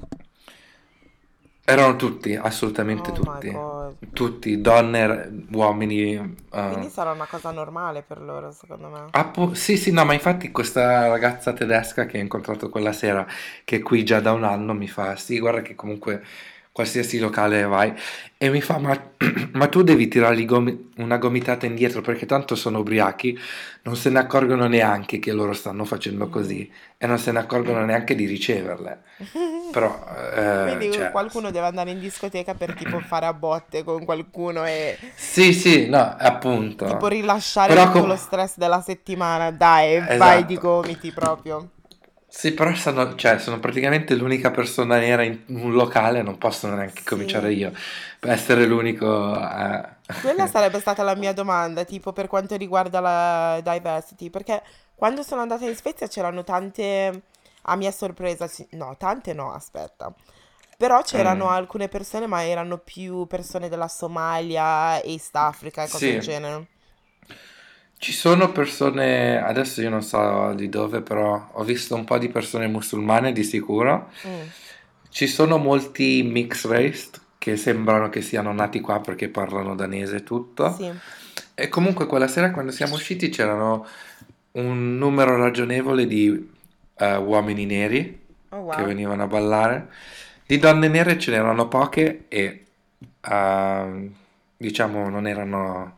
Erano tutti, assolutamente Oh my tutti. god. Tutti, donne, uomini. Quindi eh, sarà una cosa normale per loro, secondo me. Appu- sì, sì, no, ma infatti questa ragazza tedesca che ho incontrato quella sera, che è qui già da un anno, mi fa, sì, guarda che comunque qualsiasi locale vai, e mi fa, ma, ma tu devi tirargli gomi- una gomitata indietro perché tanto sono ubriachi, non se ne accorgono neanche che loro stanno facendo Mm. così e non se ne accorgono neanche di riceverle. Però, eh, Quindi cioè, qualcuno deve andare in discoteca per tipo fare a botte con qualcuno e sì, sì, no, tipo appunto. rilasciare Però, tutto com- lo stress della settimana. Dai, vai di esatto. gomiti proprio. Sì, però sono, cioè, sono praticamente l'unica persona nera in un locale, non posso neanche cominciare Sì. io per essere l'unico a... Quella sarebbe stata la mia domanda, tipo per quanto riguarda la diversity, perché quando sono andata in Svezia c'erano tante, a mia sorpresa, sì- no, tante no, aspetta, però c'erano Mm, alcune persone, ma erano più persone della Somalia, East Africa e cose del sì, genere. ci sono persone, adesso io non so di dove, però ho visto un po' di persone musulmane di sicuro. Mm, Ci sono molti mixed race che sembrano che siano nati qua perché parlano danese e tutto. sì. E comunque quella sera quando siamo usciti c'erano un numero ragionevole di eh, uomini neri Oh che wow. venivano a ballare. Di donne nere ce n'erano poche e ehm, diciamo non erano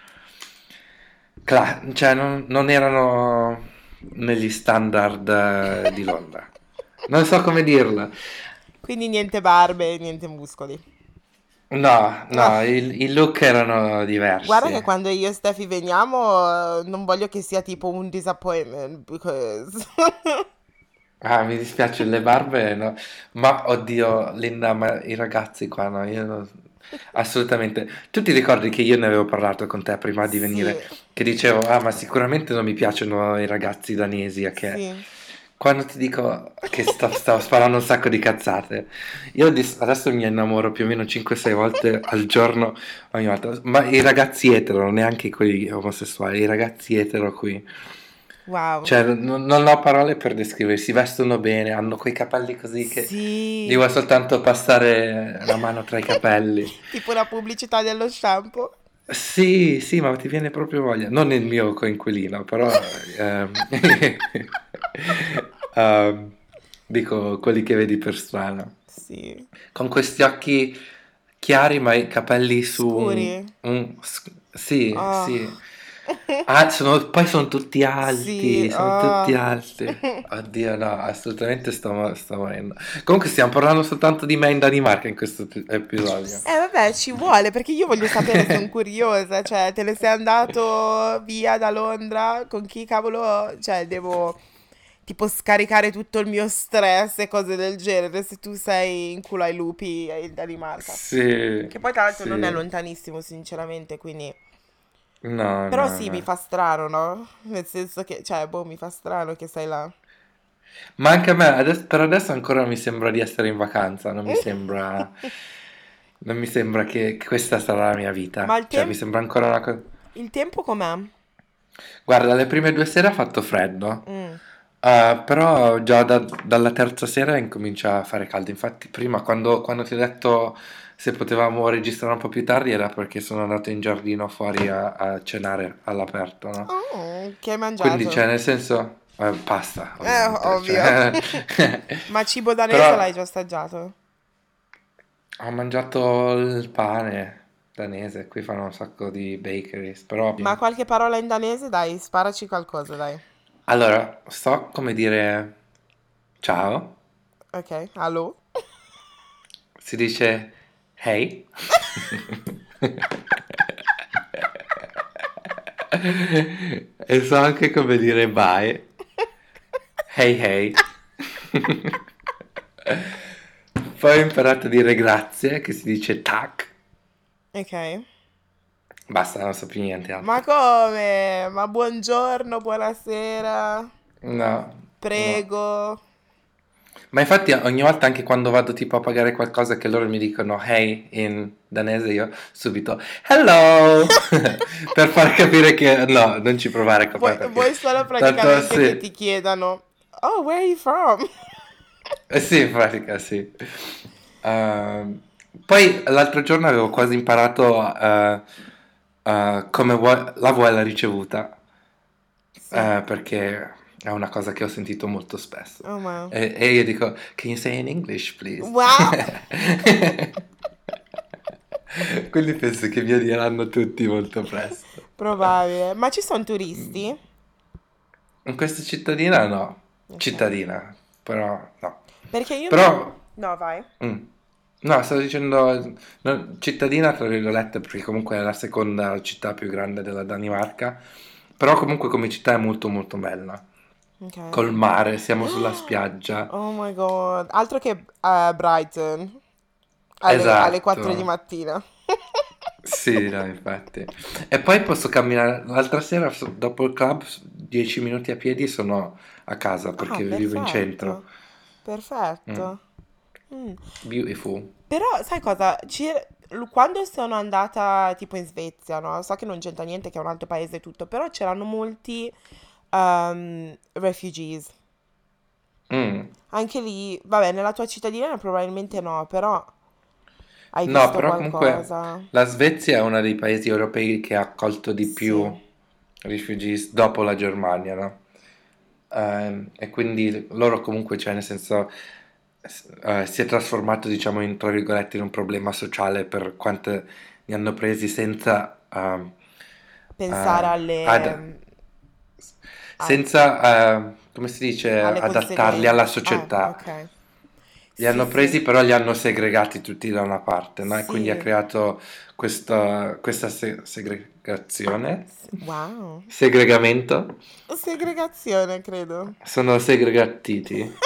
cla- cioè non, non erano negli standard eh, di Londra. Non so come dirla. Quindi niente barbe, niente muscoli. No, Ah, no, i, i look erano guarda che diversi. quando io e Steffi veniamo, eh, non voglio che sia tipo un disappointment, because... Ah, mi dispiace le barbe, no. Ma oddio, Linda, ma i ragazzi qua, no, io non- assolutamente. Tu ti ricordi che io ne avevo parlato con te prima di venire, Sì, che dicevo, ah, ma sicuramente non mi piacciono i ragazzi danesi, a che sì. quando ti dico che sto, stavo sparando un sacco di cazzate, io di- adesso mi innamoro più o meno cinque sei volte al giorno ogni volta, ma i ragazzi etero, non neanche quelli omosessuali, i ragazzi etero qui. Wow. Cioè, non, non ho parole per descriverli, si vestono bene, hanno quei capelli così che gli Sì, vuoi soltanto passare la mano tra i capelli. tipo la pubblicità dello shampoo. Sì, sì, ma ti viene proprio voglia. Non il mio coinquilino, però ehm, ehm, dico quelli che vedi per strada. Sì. Con questi occhi chiari, ma i capelli su un... Scuri. un- s- sì, Oh. sì. Ah, sono- poi sono tutti Sì, alti, sono tutti oh. alti. Oddio, no, assolutamente sto, sto morendo. Comunque stiamo parlando soltanto di me in Danimarca in questo ep- episodio. Eh vabbè, ci vuole perché io voglio sapere, sono curiosa, cioè te ne sei andato via da Londra con chi cavolo, cioè devo tipo scaricare tutto il mio stress e cose del genere se tu sei in culo ai lupi in Danimarca. Sì, Che poi tra l'altro non è sì. lontanissimo, sinceramente, quindi... No, Però no, sì, mi no. fa strano, no? Nel senso che, cioè, boh, mi fa strano che sei là. Ma anche a me, adesso- per adesso ancora mi sembra di essere in vacanza, non mi sembra, non mi sembra che che questa sarà la mia Ma vita. il Cioè, mi tempo... sembra ancora una cosa... Il tempo com'è? Guarda, le prime due sere ha fatto freddo, Mm. eh, però già da- dalla terza sera incomincia a fare caldo. Infatti, prima quando, quando ti ho detto se potevamo registrare un po' più tardi era perché sono andato in giardino fuori a, a cenare all'aperto, no? Oh, che hai Quindi, mangiato? cioè, nel senso, eh, pasta, Eh, ovviamente, ovvio. cioè, Ma cibo danese però l'hai già assaggiato? ho mangiato il pane danese, qui fanno un sacco di bakeries, però... Ma qualche parola in danese? Dai, sparaci qualcosa, dai. Allora, so come dire ciao, Ok, allo? si dice hey, e so anche come dire bye, hey hey. Poi ho imparato a dire grazie, che si dice tak, Ok. basta, non so più niente Ma altro. come? Ma buongiorno, buonasera, No, no. prego. Ma infatti ogni volta anche quando vado tipo a pagare qualcosa che loro mi dicono hey in danese, io subito hello per far capire che no, non ci provare con Vuoi, me perché vuoi solo tanto praticamente che ti sì, chiedano, oh, where are you from? eh sì, in pratica sì. Ehm, Poi l'altro giorno avevo quasi imparato eh, eh, come vuoi, la vuoi la ricevuta, Sì. eh, perché è una cosa che ho sentito molto spesso. Oh, wow. E, e io dico, can you say in English, please? Wow. Quindi penso che mi odieranno tutti molto presto. Probabile. Ma ci sono turisti? In questa cittadina no, Ok. cittadina, però no. Perché io mi... Però, No, vai. mm, no, stavo dicendo no, cittadina tra virgolette perché comunque è la seconda città più grande della Danimarca, però comunque come città è molto molto bella. Ok. Col mare, siamo sulla spiaggia. Oh my God. Altro che eh, Brighton alle, alle quattro di Esatto. mattina. Sì, no, infatti. E poi posso camminare. L'altra sera, so- dopo il club, dieci minuti a piedi sono a casa Ah, perché vivo in centro. perfetto. Mm, Perfetto. Mm. beautiful. Però, sai cosa? Ci- Quando sono andata tipo in Svezia, no? So che non c'entra niente, che è un altro paese e tutto, però c'erano molti ehm, refugees. Mm. Anche lì, vabbè, nella tua cittadina probabilmente no, però hai No, visto però comunque qualcosa? la Svezia è uno dei paesi europei che ha accolto di Sì. più rifugiati dopo la Germania, no? Ehm, e quindi loro comunque, cioè, nel senso, s- eh, si è trasformato, diciamo, in, tra virgolette, in un problema sociale per quante ne hanno presi senza, ehm, Pensare eh, alle, ad- a- senza, eh, come si dice, alle adattarli alla conseguenze. Ah, società. ok. Li Sì, hanno sì. presi, però li hanno segregati tutti da una parte, no? E quindi ha Sì. creato questa, questa se- segregazione, S- Wow. segregamento. Segregazione, credo. Sono segregatiti.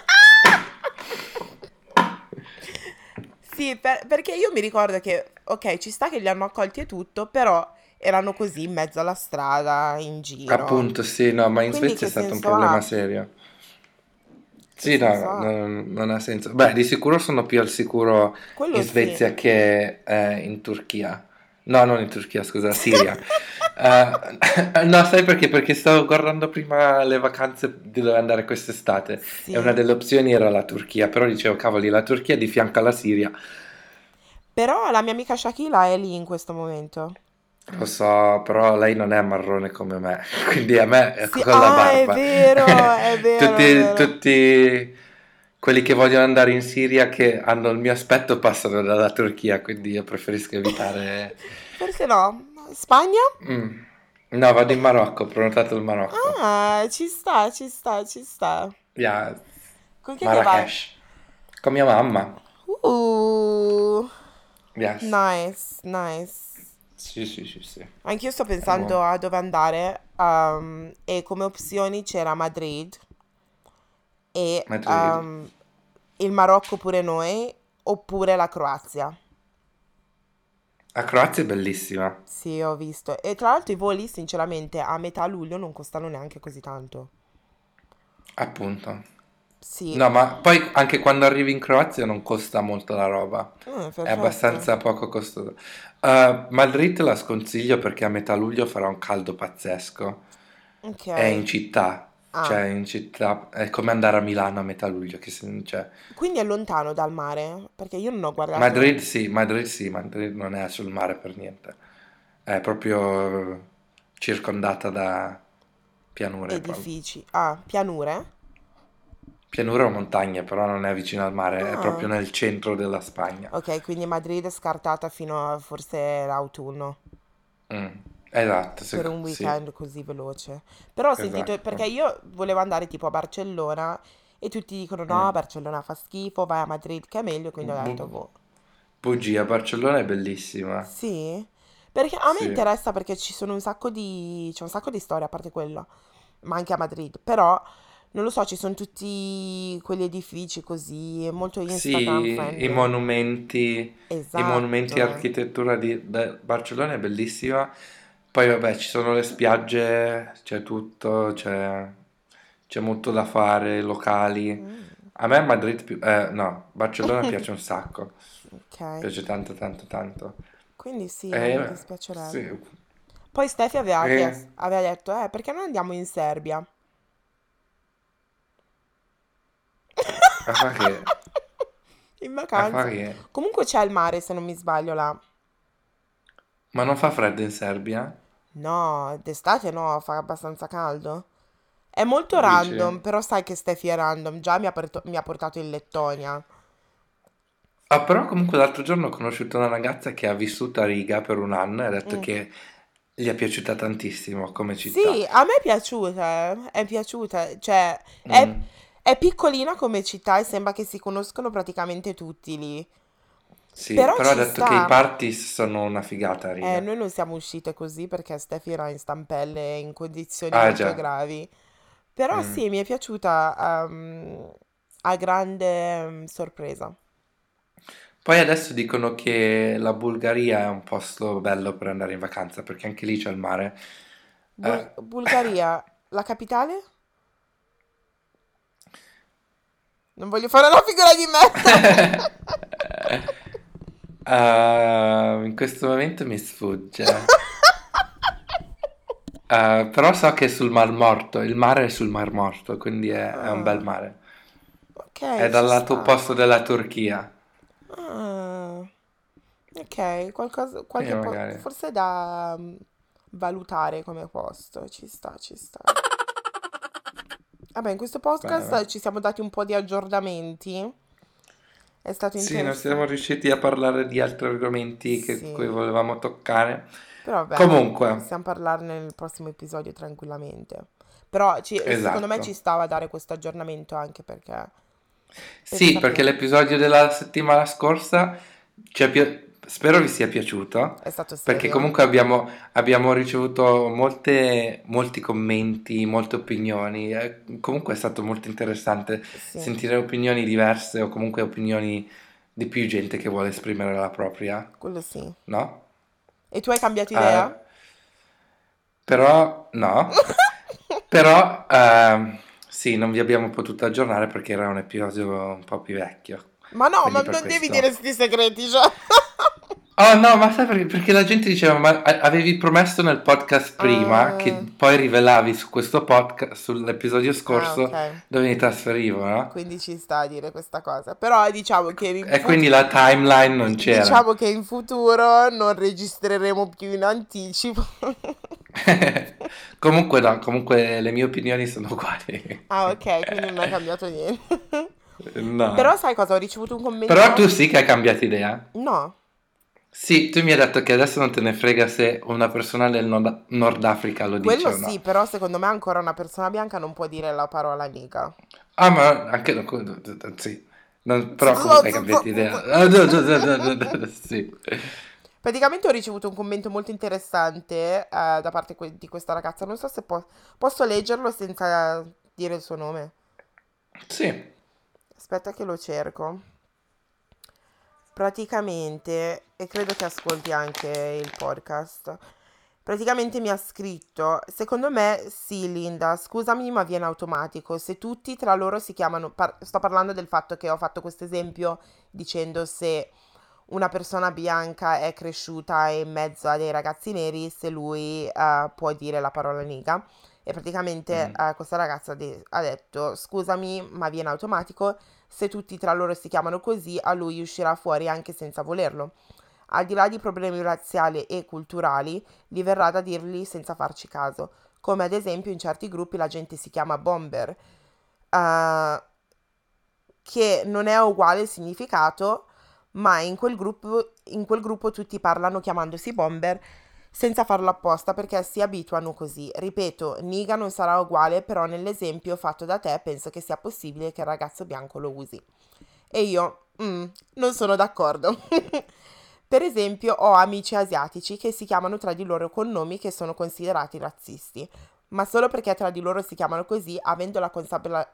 Sì, per- perché io mi ricordo che, ok, ci sta che li hanno accolti e tutto, però erano così in mezzo alla strada, in giro. Appunto, sì, no, ma in Quindi Svezia che è stato un senso problema ha? serio. Che Sì, senso no, ha? non, non ha senso. Beh, di sicuro sono più al sicuro in Quello sì. Svezia che eh, in Turchia. No, non in Turchia, scusa, Siria. Eh, no, sai perché? Perché stavo guardando prima le vacanze di dove andare quest'estate e una Sì. delle opzioni era la Turchia, però dicevo, cavoli, la Turchia è di fianco alla Siria. Però la mia amica Shakila è lì in questo momento. Lo so, però lei non è marrone come me, quindi a me è Sì, con la ah, è barba. vero, è vero, è Tutti, vero. tutti quelli che vogliono andare in Siria che hanno il mio aspetto passano dalla Turchia, quindi io preferisco evitare... Forse no. Spagna? Mm. No, vado in Marocco, ho prenotato il Marocco. Ah, ci sta, ci sta, ci sta. Yeah, Con chi è che vai? Marrakesh. Con mia mamma. Uh, Yes. nice, nice. Sì, sì, sì, sì. Anch'io sto È buono. pensando a dove andare, um, e come opzioni c'era Madrid. e Madrid. um, il Marocco pure noi, oppure la Croazia. La Croazia è bellissima, Sì, ho visto. E tra l'altro i voli, sinceramente, a metà luglio non costano neanche così tanto. appunto. Sì. No, ma poi anche quando arrivi in Croazia non costa molto la roba, Mm, è perfetto. abbastanza poco costoso. Uh, Madrid te la sconsiglio perché a metà luglio farà un caldo pazzesco. Ok. È in città, Ah, cioè in città, è come andare a Milano a metà luglio, che se- cioè, quindi è lontano dal mare? Perché io non ho Madrid guardato sì, Madrid sì, Madrid non è sul mare per niente, è proprio circondata da pianure, poi. edifici. Ah, pianure? Pianura o montagne, però non è vicino al mare, è proprio Ah, nel centro della Spagna. ok, quindi Madrid è scartata fino a forse l'autunno. Mm, esatto, Per sec- un sì, weekend così veloce. Però ho sentito, perché esatto. io volevo andare tipo a Barcellona e tutti dicono no, Mm. Barcellona fa schifo, vai a Madrid che è meglio, quindi ho detto Bu- boh. bugia, Barcellona è bellissima. Sì? Perché a me Sì, interessa perché ci sono un sacco di... c'è un sacco di storie a parte quello, ma anche a Madrid. Però, non lo so, ci sono tutti quegli edifici così, è molto Instagram sì, i friendly. monumenti, i monumenti e Esatto. architettura di Be- Barcellona è bellissima. Poi vabbè, ci sono le spiagge, c'è tutto, c'è c'è molto da fare, locali. Mm, A me Madrid più, eh, no, Barcellona piace un sacco, ok. piace tanto tanto tanto. Quindi sì, non mi Eh, sì, dispiacerebbe. Poi Steffi aveva eh, chiesto, aveva detto, eh, perché non andiamo in Serbia? a fare che, In a fare vacanza. che, Comunque c'è il mare, se non mi sbaglio, là. ma non fa freddo in Serbia? No, d'estate no, fa abbastanza caldo. È molto Dici? random, però sai che Steffi è random. Già mi ha, porto- mi ha portato in Lettonia. Ah, però comunque l'altro giorno ho conosciuto una ragazza che ha vissuto a Riga per un anno e ha detto Mm. che gli è piaciuta tantissimo come città. Sì, a me è piaciuta, eh, è piaciuta. Cioè, è, Mm, è piccolina come città e sembra che si conoscono praticamente tutti lì. sì, Però però ha ci detto che i sta. parties sono una figata a Eh, Riga. noi non siamo uscite così perché Steffi era in stampelle in condizioni Ah, molto già. gravi. Però Mm. sì, mi è piaciuta ehm, a grande ehm, sorpresa. Poi adesso dicono che la Bulgaria è un posto bello per andare in vacanza perché anche lì c'è il mare. Bul- Eh, Bulgaria, la capitale? Non voglio fare una figura di merda. eh, in questo momento mi sfugge. Eh, però so che è sul Mar Morto, il mare è sul Mar Morto, quindi è, è un bel Ah, mare. È ok, dal ci lato sta. opposto della Turchia, Ah, ok, qualcosa, quindi qualche po- magari. forse da mm, valutare come posto. Ci sta, ci sta. Vabbè, in questo Bene, podcast bene. ci siamo dati un po' di aggiornamenti. È stato Sì, non siamo interessante. riusciti a parlare di altri argomenti che cui Sì, volevamo toccare. però vabbè, Comunque, possiamo parlarne nel prossimo episodio tranquillamente. Però ci- secondo me ci esatto. stava a dare questo aggiornamento anche perché per Sì, perché sapere. l'episodio della settimana scorsa ci è pi- spero vi sia piaciuto, È stato perché serio? comunque abbiamo, abbiamo ricevuto molte, molti commenti, molte opinioni. Eh, comunque è stato molto interessante Sì, sentire opinioni diverse o comunque opinioni di più gente che vuole esprimere la propria, quello sì. no? E tu hai cambiato idea? Eh, però no, però ehm, sì, non vi abbiamo potuto aggiornare perché era un episodio un po' più vecchio, Ma no, ma quindi per non devi dire questo. sti segreti, cioè. Oh no, ma sai perché? Perché la gente diceva, ma a- avevi promesso nel podcast prima che Ah, poi rivelavi su questo podcast, sull'episodio ah, scorso ok. dove mi trasferivo, no? Quindi ci sta a dire questa cosa. Però diciamo che in E fut- quindi la timeline non c'era. diciamo che in futuro non registreremo più in anticipo. Comunque no, comunque le mie opinioni sono uguali. Ah, ok, quindi non hai cambiato niente. Però No. sai cosa? Ho ricevuto un Però tu commento. sì che hai cambiato idea. No, Sì, tu mi hai detto che adesso non te ne frega se una persona del Nord, Nord Africa lo dice quello o sì, no. però secondo me ancora una persona bianca non può dire la parola niga. Ah, ma anche no, co- sì. Non- però comunque hai cambiato idea. Ah, no, no, no, no, no, no, sì. Praticamente ho ricevuto un commento molto interessante eh, da parte que- di questa ragazza. Non so se po- posso leggerlo senza dire il suo nome. Sì. Aspetta che lo cerco. Praticamente, e credo che ascolti anche il podcast. Praticamente mi ha scritto, secondo me sì Linda, scusami ma viene automatico, se tutti tra loro si chiamano, par- sto parlando del fatto che ho fatto questo esempio dicendo se una persona bianca è cresciuta in mezzo a dei ragazzi neri, se lui eh, può dire la parola niga. E praticamente Mm. eh, questa ragazza de- ha detto, scusami ma viene automatico, se tutti tra loro si chiamano così, a lui uscirà fuori anche senza volerlo. Al di là di problemi razziali e culturali, gli verrà da dirli senza farci caso, come ad esempio in certi gruppi la gente si chiama bomber, eh, che non è uguale il significato, ma in quel gruppo, in quel gruppo tutti parlano chiamandosi bomber senza farlo apposta perché si abituano così. Ripeto, niga non sarà uguale, però nell'esempio fatto da te penso che sia possibile che il ragazzo bianco lo usi. E io mm, non sono d'accordo. Per esempio, ho amici asiatici che si chiamano tra di loro con nomi che sono considerati razzisti, ma solo perché tra di loro si chiamano così, avendo la consapevolezza...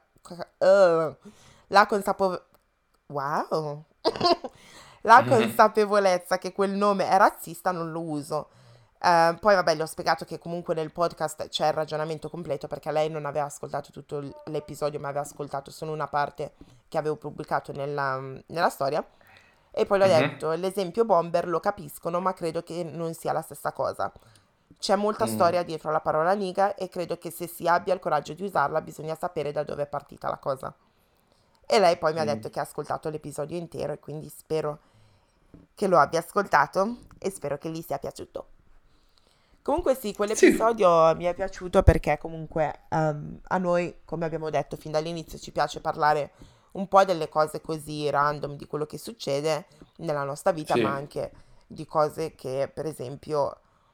la consapevolezza... Wow! La consapevolezza che quel nome è razzista, non lo uso. Eh, poi vabbè, le ho spiegato che comunque nel podcast c'è il ragionamento completo perché lei non aveva ascoltato tutto l- l'episodio, ma aveva ascoltato solo una parte che avevo pubblicato nella, nella storia. E poi le ho Mhm. detto, l'esempio bomber lo capiscono, ma credo che non sia la stessa cosa. C'è molta Mm. storia dietro la parola niga e credo che se si abbia il coraggio di usarla bisogna sapere da dove è partita la cosa. E lei poi mi ha Mm. detto che ha ascoltato l'episodio intero e quindi spero che lo abbia ascoltato e spero che gli sia piaciuto. Comunque sì, Sì, quell'episodio mi è piaciuto perché comunque ehm, a noi, come abbiamo detto fin dall'inizio, ci piace parlare un po' delle cose così random di quello che succede nella nostra vita, ma sì. anche di cose che, per esempio,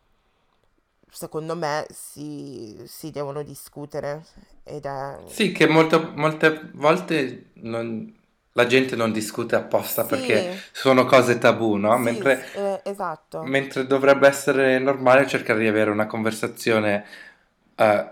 secondo me si, si devono discutere ed è... Sì, che molte, molte volte non- la gente non discute apposta perché Sì, sono cose tabù, no? sì, Mentre, s- eh, esatto, mentre dovrebbe essere normale cercare di avere una conversazione eh,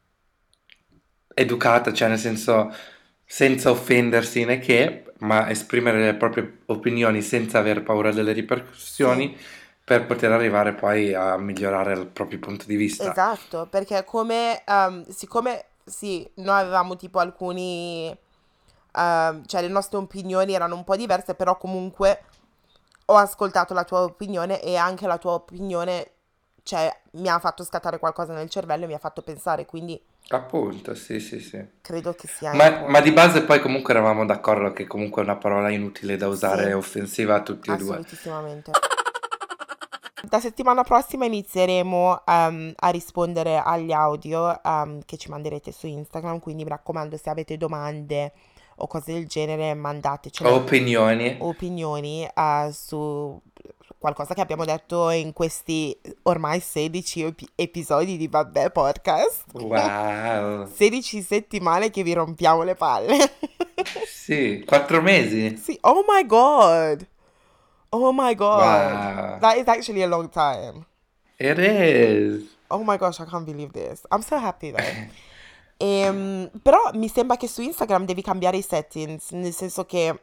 educata, cioè nel senso senza offendersi né che, ma esprimere le proprie opinioni senza aver paura delle sì. ripercussioni per poter arrivare poi a migliorare il proprio punto di vista. Esatto, perché come, ehm, siccome sì, noi avevamo tipo alcuni, ehm, cioè le nostre opinioni erano un po' diverse, però comunque ho ascoltato la tua opinione e anche la tua opinione, cioè, mi ha fatto scattare qualcosa nel cervello e mi ha fatto pensare, quindi Appunto, sì, sì, sì. credo che sia Ma, ma di importante. base poi comunque eravamo d'accordo che comunque è una parola inutile da usare, Sì, offensiva a tutti e due. assolutissimamente. Da settimana prossima inizieremo ehm, a rispondere agli audio ehm, che ci manderete su Instagram, quindi mi raccomando, se avete domande o cose del genere, Ho mandatecele opinioni. o opinioni eh, su qualcosa che abbiamo detto in questi ormai sedici epi- episodi di Vabbè Podcast. Wow. sedici settimane che vi rompiamo le palle. Sì, quattro mesi. Sì, oh my god! Oh my god! Wow. That is actually a long time. It is. Oh my gosh, I can't believe this. I'm so happy though. Ehm, però mi sembra che su Instagram devi cambiare i settings, nel senso che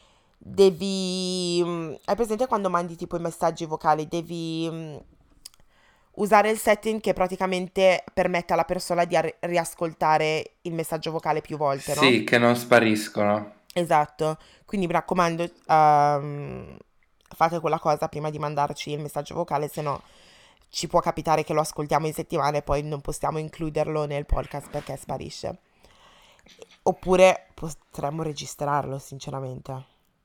devi... mm, Hai presente quando mandi tipo i messaggi vocali? Devi mm, usare il setting che praticamente permette alla persona di ar- riascoltare il messaggio vocale più volte, no? Sì, che non spariscono. Esatto. Quindi mi raccomando, ehm, fate quella cosa prima di mandarci il messaggio vocale, se no ci può capitare che lo ascoltiamo in settimana e poi non possiamo includerlo nel podcast perché sparisce. Oppure potremmo registrarlo, sinceramente.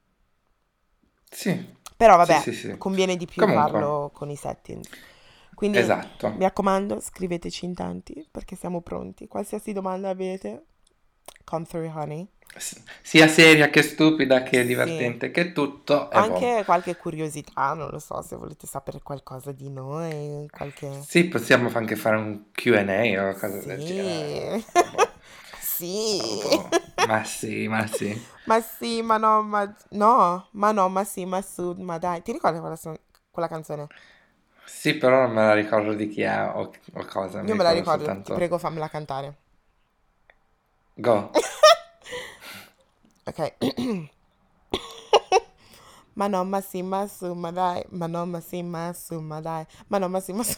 Sì, Però sì, vabbè, sì, sì. conviene di più Comunque, farlo con i settings. Quindi esatto. mi raccomando, scriveteci in tanti perché siamo pronti. Qualsiasi domanda avete, come through, honey. S- sia seria che stupida che Sì. divertente che tutto è buono. Anche qualche curiosità, non lo so, se volete sapere qualcosa di noi, qualche... Sì, possiamo anche fare un Q and A o cose del Sì. genere. Oh, boh. Oh, Sì. boh. Ma sì, ma sì. Ma sì, ma no, ma no, ma no, ma sì, ma su, ma dai. Ti ricordi quella, so- quella canzone? Sì, però non me la ricordo di chi è o, o cosa, mi Io me la ricordo ricordo, ti soltanto prego fammela cantare. Go. Ok. Ma no, ma sì, ma su, ma dai. Ma no, ma sì, ma su, ma dai. Ma no, ma sì, ma su.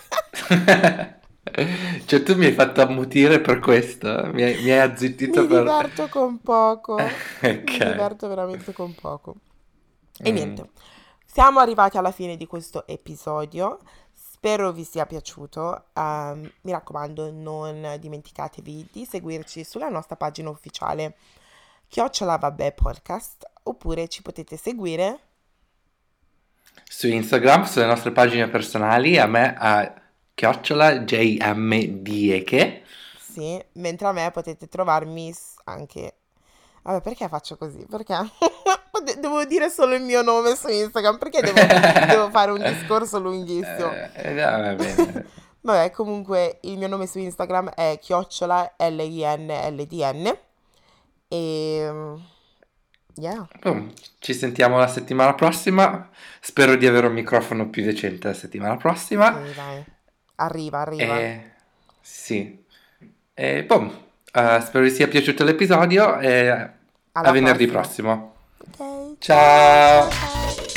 Cioè, tu mi hai fatto ammutire per questo? Mi hai, mi hai azzittito Mi per... diverto con poco. Mi Ok. diverto veramente con poco. E Mm. niente, siamo arrivati alla fine di questo episodio. Spero vi sia piaciuto. Ehm, mi raccomando, non dimenticatevi di seguirci sulla nostra pagina ufficiale Chiocciola Vabbè Podcast, oppure ci potete seguire. Su Instagram, sulle nostre pagine personali, a me a chiocciola jmdieche. Sì, mentre a me potete trovarmi s- anche... Vabbè, perché faccio così? Perché De- devo dire solo il mio nome su Instagram? Perché devo, devo fare un discorso lunghissimo? Eh, no, va bene. Vabbè, comunque il mio nome su Instagram è chiocciola L I N L D N e... Yeah, Boh, ci sentiamo la settimana prossima. Spero di avere un microfono più decente la settimana prossima. sì, dai. Arriva, arriva. E sì. E boh, eh, spero vi sia piaciuto l'episodio e a Alla venerdì prossima. prossimo. Ok, ciao, ciao, Ciao! ciao.